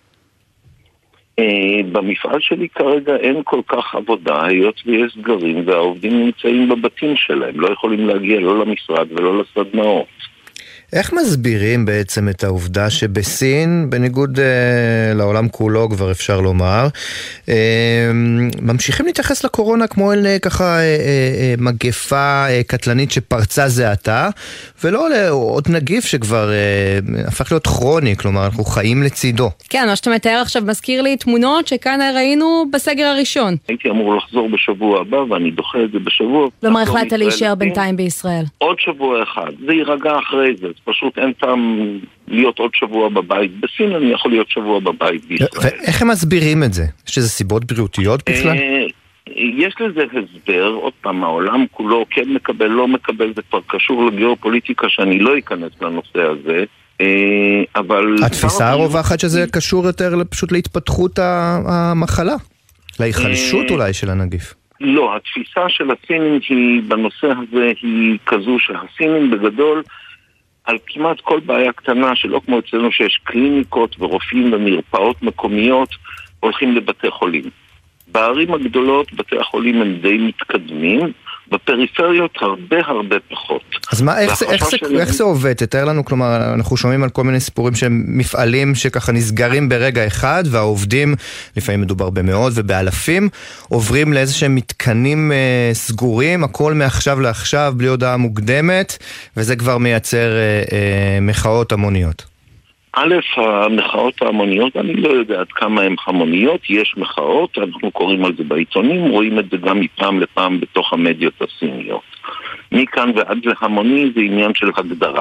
אה, במפעל שלי כרגע אין כל כך עבודה, היות ויש סגרים והעובדים נמצאים בבתים שלהם, לא יכולים להגיע לא למשרד ולא לסדנאות. איך מסבירים בעצם את העובדה שבסין, בניגוד אה, לעולם כולו כבר אפשר לומר, אה, ממשיכים להתייחס לקורונה כמו אל אה, ככה אה, אה, מגפה אה, קטלנית שפרצה זה עתה, ולא לעוד נגיף שכבר אה, הפך להיות כרוני, כלומר אנחנו חיים לצידו. כן, מה שאתה מתאר עכשיו מזכיר לי תמונות שכאן ראינו בסגר הראשון. הייתי אמור לחזור בשבוע הבא ואני דוחה את זה בשבוע. כלומר החלטת להישאר בינתיים בישראל. עוד שבוע אחד, זה יירגע אחרי זה. פשוט אין טעם להיות עוד שבוע בבית בסין, אני יכול להיות שבוע בבית בישראל. ואיך הם מסבירים את זה? יש איזה סיבות בריאותיות בכלל? יש לזה הסבר, עוד פעם, העולם כולו כן מקבל, לא מקבל, זה כבר קשור לגיאופוליטיקה שאני לא אכנס לנושא הזה, אבל... התפיסה הרווחת שזה קשור יותר פשוט להתפתחות המחלה, להיחלשות אולי של הנגיף. לא, התפיסה של הסינים היא בנושא הזה היא כזו שהסינים בגדול על כמעט כל בעיה קטנה שלא כמו אצלנו שיש קליניקות ורופאים ומרפאות מקומיות הולכים לבתי חולים. בערים הגדולות בתי החולים הם די מתקדמים, בפריפריות הרבה הרבה פחות. אז מה, איך, איך, זה, שלהם... איך זה עובד? תתאר לנו, כלומר, אנחנו שומעים על כל מיני סיפורים שהם מפעלים שככה נסגרים ברגע אחד, והעובדים, לפעמים מדובר במאות ובאלפים, עוברים לאיזה שהם מתקנים אה, סגורים, הכל מעכשיו לעכשיו, בלי הודעה מוקדמת, וזה כבר מייצר אה, אה, מחאות המוניות. א', המחאות ההמוניות, אני לא יודע עד כמה הן המוניות, יש מחאות, אנחנו קוראים על זה בעיתונים, רואים את זה גם מפעם לפעם בתוך המדיות הסיניות. מכאן ועד להמוני זה עניין של הגדרה.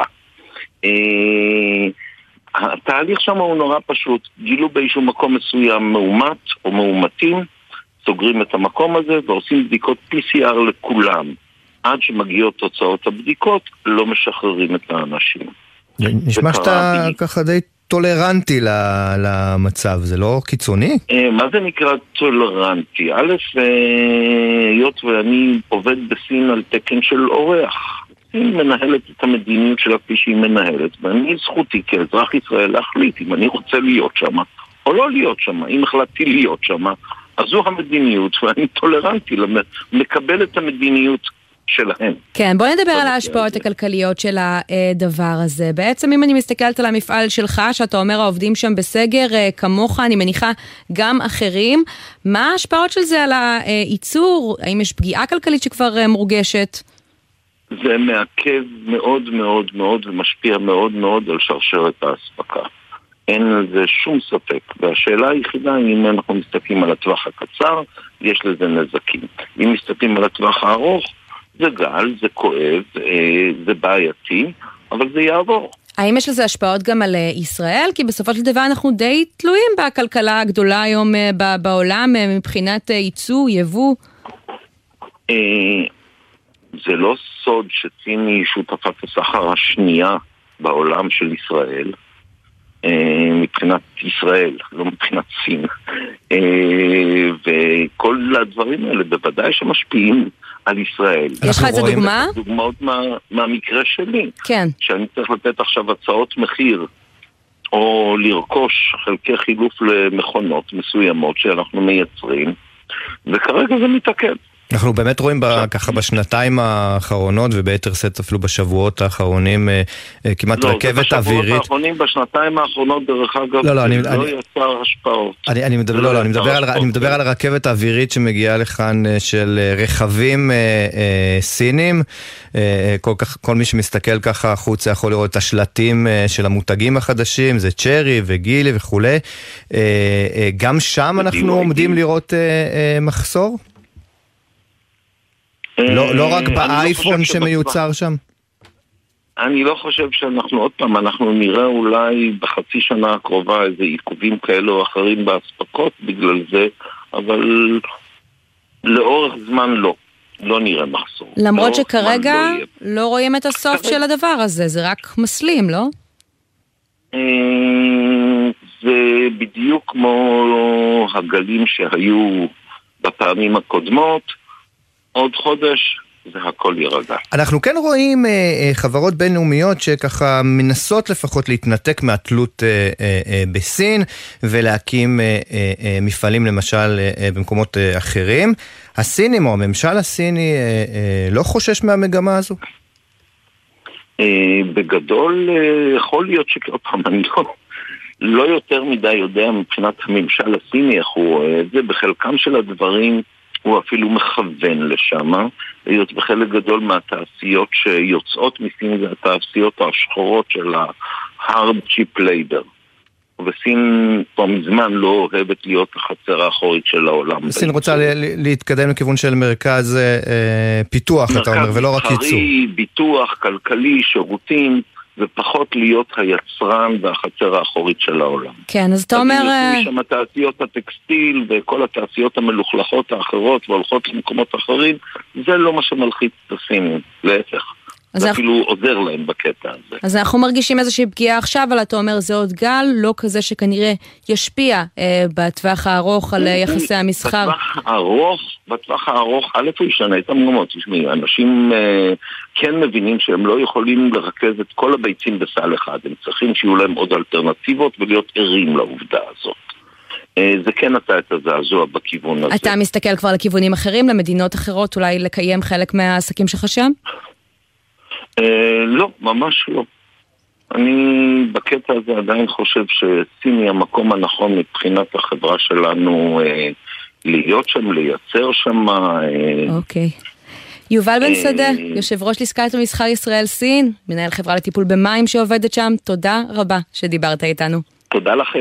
התהליך שם הוא נורא פשוט, גילו באיזשהו מקום מסוים מאומת או מאומתים, סוגרים את המקום הזה ועושים בדיקות פי סי אר לכולם. עד שמגיעות תוצאות הבדיקות, לא משחררים את האנשים. נשמע שאתה ככה די טולרנטי למצב, זה לא קיצוני? מה זה נקרא טולרנטי? א', היות ואני עובד בסין על תקן של אורח. סין מנהלת את המדיניות שלה כפי שהיא מנהלת, ואני זכותי כאזרח ישראל להחליט אם אני רוצה להיות שם או לא להיות שם. אם החלטתי להיות שם, אז זו המדיניות, ואני טולרנטי, מקבל את המדיניות שלהם. כן, בוא נדבר על ההשפעות הכלכליות של הדבר הזה. בעצם אם אני מסתכלת על המפעל שלך, שאתה אומר העובדים שם בסגר, כמוך, אני מניחה גם אחרים, מה ההשפעות של זה על הייצור? האם יש פגיעה כלכלית שכבר מורגשת? זה מעכב מאוד מאוד מאוד ומשפיע מאוד מאוד על שרשרת ההספקה. אין לזה שום ספק. והשאלה היחידה, אם אנחנו מסתכלים על הטווח הקצר, יש לזה נזקים. אם מסתכלים על הטווח הארוך, זה גל, זה כואב, זה בעייתי, אבל זה יעבור. האם יש לזה השפעות גם על ישראל? כי בסופו של דבר אנחנו די תלויים בכלכלה הגדולה היום בעולם, מבחינת ייצוא, יבוא. זה לא סוד שסין היא שותפת הסחר השנייה בעולם של ישראל, מבחינת ישראל, לא מבחינת סין. וכל הדברים האלה בוודאי שמשפיעים על ישראל. יש לך איזה דוגמה? דוגמאות מה, מהמקרה שלי. כן. שאני צריך לתת עכשיו הצעות מחיר, או לרכוש חלקי חילוף למכונות מסוימות שאנחנו מייצרים, וכרגע זה מתעכב. אנחנו באמת רואים ככה בשנתיים האחרונות, וביתר סט אפילו בשבועות האחרונים, כמעט רכבת אווירית. בשבועות האחרונים, בשנתיים האחרונות, דרך אגב, לא, לא, אני, לא אני, יצר השפעות. אני, אני מדבר, לא, לא, אני מדבר על, אני מדבר על הרכבת האווירית שמגיעה לכאן של רכבים אה, אה, סינים. אה, כל, כך, כל מי שמסתכל ככה החוצה יכול לראות את השלטים אה, של המותגים החדשים, זה צ'רי וגילי וכו'. אה, אה, גם שם אנחנו עומדים לראות אה, אה, מחסור? לא, לא רק באייפון שמיוצר שם? אני לא חושב שאנחנו, עוד פעם, אנחנו נראה אולי בחצי שנה הקרובה איזה עיכובים כאלו או אחרים בהספקות בגלל זה, אבל לאורך זמן לא, לא נראה מחסור. למרות שכרגע לא רואים את הסוף של הדבר הזה, זה רק מסלים, לא? זה בדיוק כמו הגלים שהיו בפעמים הקודמות, עוד חודש זה הכל יירגע. אנחנו כן רואים אה, חברות בינלאומיות שככה מנסות לפחות להתנתק מהתלות אה, אה, בסין ולהקים אה, אה, מפעלים למשל אה, במקומות אה, אחרים. הסינים או הממשל הסיני אה, אה, לא חושש מהמגמה הזו? אה, בגדול אה, יכול להיות שכל פעם אני לא, לא יותר מדי יודע מבחינת הממשל הסיני איך הוא רואה את זה. בחלקם של הדברים הוא אפילו מכוון לשם, היות בחלק גדול מהתעשיות שיוצאות מסין זה התעשיות השחורות של ה-hard chip labor. וסין פה מזמן לא אוהבת להיות החצר האחורית של העולם. סין רוצה להתקדם לכיוון של מרכז פיתוח, אתה אומר, ולא רק ייצור. מרכז ביטוח, כלכלי, שירותים, ופחות להיות היצרן והחצר האחורית של העולם. כן, אז אתה אומר... משם התעשיות הטקסטיל וכל התעשיות המלוכלכות האחרות והולכות למקומות אחרים, זה לא מה שמלחיץ את הסינים, להפך. זה אפילו עוזר להם בקטע הזה. אז אנחנו מרגישים איזושהי פגיעה עכשיו, אבל אתה אומר זה עוד גל, לא כזה שכנראה ישפיע אה, בטווח הארוך על יחסי המסחר. בטווח הארוך, בטווח הארוך, א' הוא ישנה את המגמות. תשמעי, אנשים אה, כן מבינים שהם לא יכולים לרכז את כל הביצים בסל אחד, הם צריכים שיהיו להם עוד אלטרנטיבות ולהיות ערים לעובדה הזאת. אה, זה כן נתן את הזעזוע בכיוון הזה. אתה מסתכל כבר לכיוונים אחרים, למדינות אחרות, אולי לקיים חלק מהעסקים שלך שם? לא, ממש לא. אני בקטע הזה עדיין חושב שסין היא המקום הנכון מבחינת החברה שלנו להיות שם, לייצר שם. אוקיי. יובל בן שדה, יושב ראש לשכת המסחר ישראל סין, מנהל חברה לטיפול במים שעובדת שם, תודה רבה שדיברת איתנו. תודה לכם.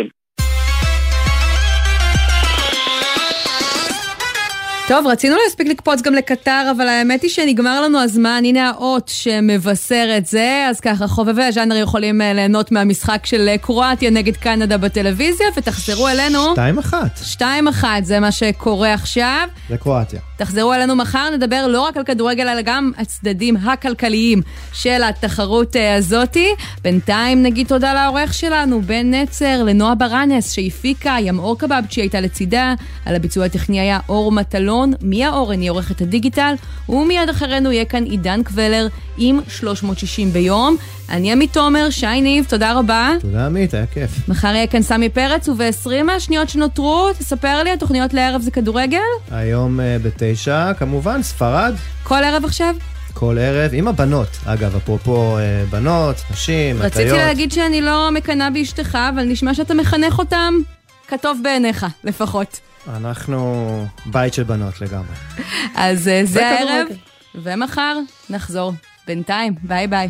טוב, רצינו להספיק לקפוץ גם לקטר, אבל האמת היא שנגמר לנו הזמן. הנה האות שמבשר את זה. אז ככה, חובבי הז'אנר יכולים ליהנות מהמשחק של קרואטיה נגד קנדה בטלוויזיה, ותחזרו אלינו... שתיים אחת. שתיים אחת, זה מה שקורה עכשיו. זה קרואטיה. תחזרו אלינו מחר, נדבר לא רק על כדורגל, אלא גם הצדדים הכלכליים של התחרות הזאתי. בינתיים נגיד תודה לעורך שלנו, בן נצר, לנועה ברנס, שהפיקה, ימאור קבבצ'י הייתה לצידה, על הביצוע הטכני היה אור מטלון, מיה אורן היא עורכת הדיגיטל, ומיד אחרינו יהיה כאן עידן קבלר עם שלוש מאות שישים ביום. אני עמית תומר, שי ניב, תודה רבה. תודה עמית, היה כיף. מחר יהיה כאן סמי פרץ, וב-עשרים השניות שנותרו, תספר לי, התוכניות לערב זה כדורגל? היום uh, בתשע, כמובן, ספרד. כל ערב עכשיו? כל ערב, עם הבנות. אגב, אפרופו uh, בנות, נשים, רציתי מטיות. להגיד שאני לא מקנה באשתך, אבל נשמע שאתה מחנך אותם כטוב בעיניך, לפחות. אנחנו בית של בנות לגמרי. אז uh, זה הערב, ומחר נחזור. בינתיים, ביי ביי.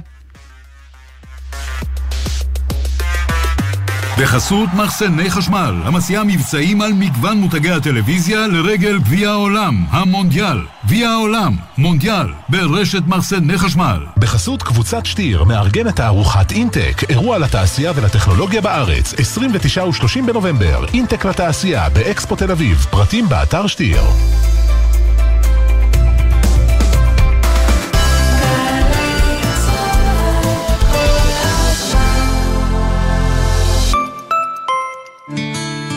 בחסות מחסני חשמל, המציעה מבצעים על מגוון מותגי הטלוויזיה לרגל גביע העולם, המונדיאל. גביע העולם, מונדיאל, ברשת מחסני חשמל. בחסות קבוצת שטיר, מארגנת תערוכת אינטק, אירוע לתעשייה ולטכנולוגיה בארץ, עשרים ותשעה ושלושים בנובמבר. אינטק לתעשייה באקספו תל אביב, פרטים באתר שטיר.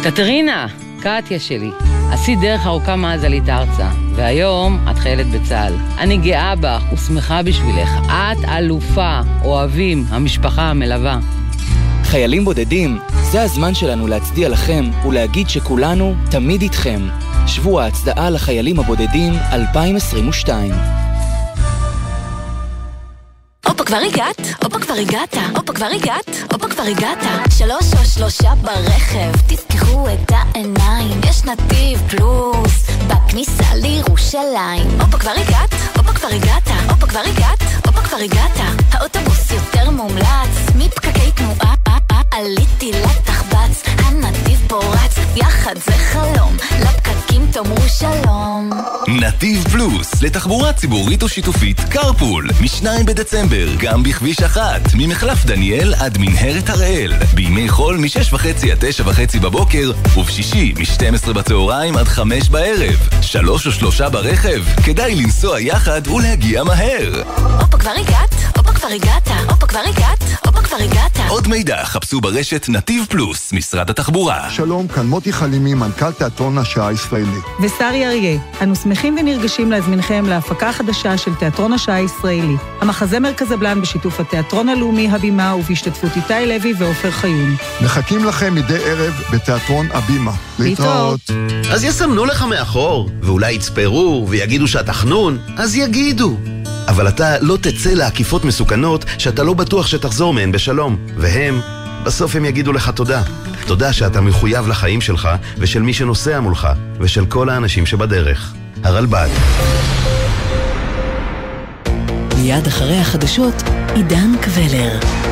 קטרינה, קטיה שלי, עשית דרך ארוכה מאז עלית ארצה, והיום את חיילת בצה"ל. אני גאה בך ושמחה בשבילך. את אלופה, אוהבים, המשפחה המלווה. חיילים בודדים, זה הזמן שלנו להצדיע לכם ולהגיד שכולנו תמיד איתכם. שבוע ההצדעה לחיילים הבודדים אלפיים עשרים ושתיים. אופה כבר הגעת, אופה כבר הגעת, אופה כבר הגעת, אופה כבר הגעת. שלוש או שלושה ברכב, תפקחו את העיניים, יש נתיב פלוס, בכניסה לירושלים. אופה כבר הגעת, אופה כבר הגעת, אופה כבר הגעת, אופה כבר הגעת. האוטובוס יותר מומלץ, מפקקי תנועה, עליתי לתחבץ, הנתיב פורץ, יחד זה חלום, לפקקים תאמרו שלום. נתיב פלוס, לתחבורה ציבורית או שיתופית, קרפול, משניים בדצמבר, גם בכביש אחת, ממחלף דניאל עד מנהרת הראל, בימי חול משש וחצי עד תשע וחצי בבוקר, ובשישי משתים עשרה בצהריים עד חמש בערב. שלוש או שלושה ברכב, כדאי לנסוע יחד ולהגיע מהר. אופה כבר הגעת, אופה כבר הגעת, אופה כבר הגעת, אופה כבר הגעת. עוד מידע חפשו ברשת נתיב פלוס, משרד התחבורה. שלום, כאן מוטי חלימי, מנכ"ל תיאטרון השעה הישראלי. ושרי אריה, אנו שמחים ונרגשים להזמינכם להפקה חדשה של תיאטרון השעה הישראלי. המחזה מרכזבלן בשיתוף התיאטרון הלאומי הבימה ובהשתתפות איתי לוי ועופר חיון. מחכים לכם מדי ערב בתיאטרון הבימה. להתראות. אז יסמנו לך מאחור, ואולי יצפרו ויגידו שאתה חנון, אז יגידו. אבל אתה לא תצא לעקיפות מסוכנות שאתה לא בטוח שתחזור מהן בשלום. והם, בסוף הם יגידו לך תודה. תודה שאתה מחויב לחיים שלך ושל מי שנוסע מולך ושל כל האנשים שבדרך. הרלב"ד. מיד אחרי החדשות, עידן קבלר.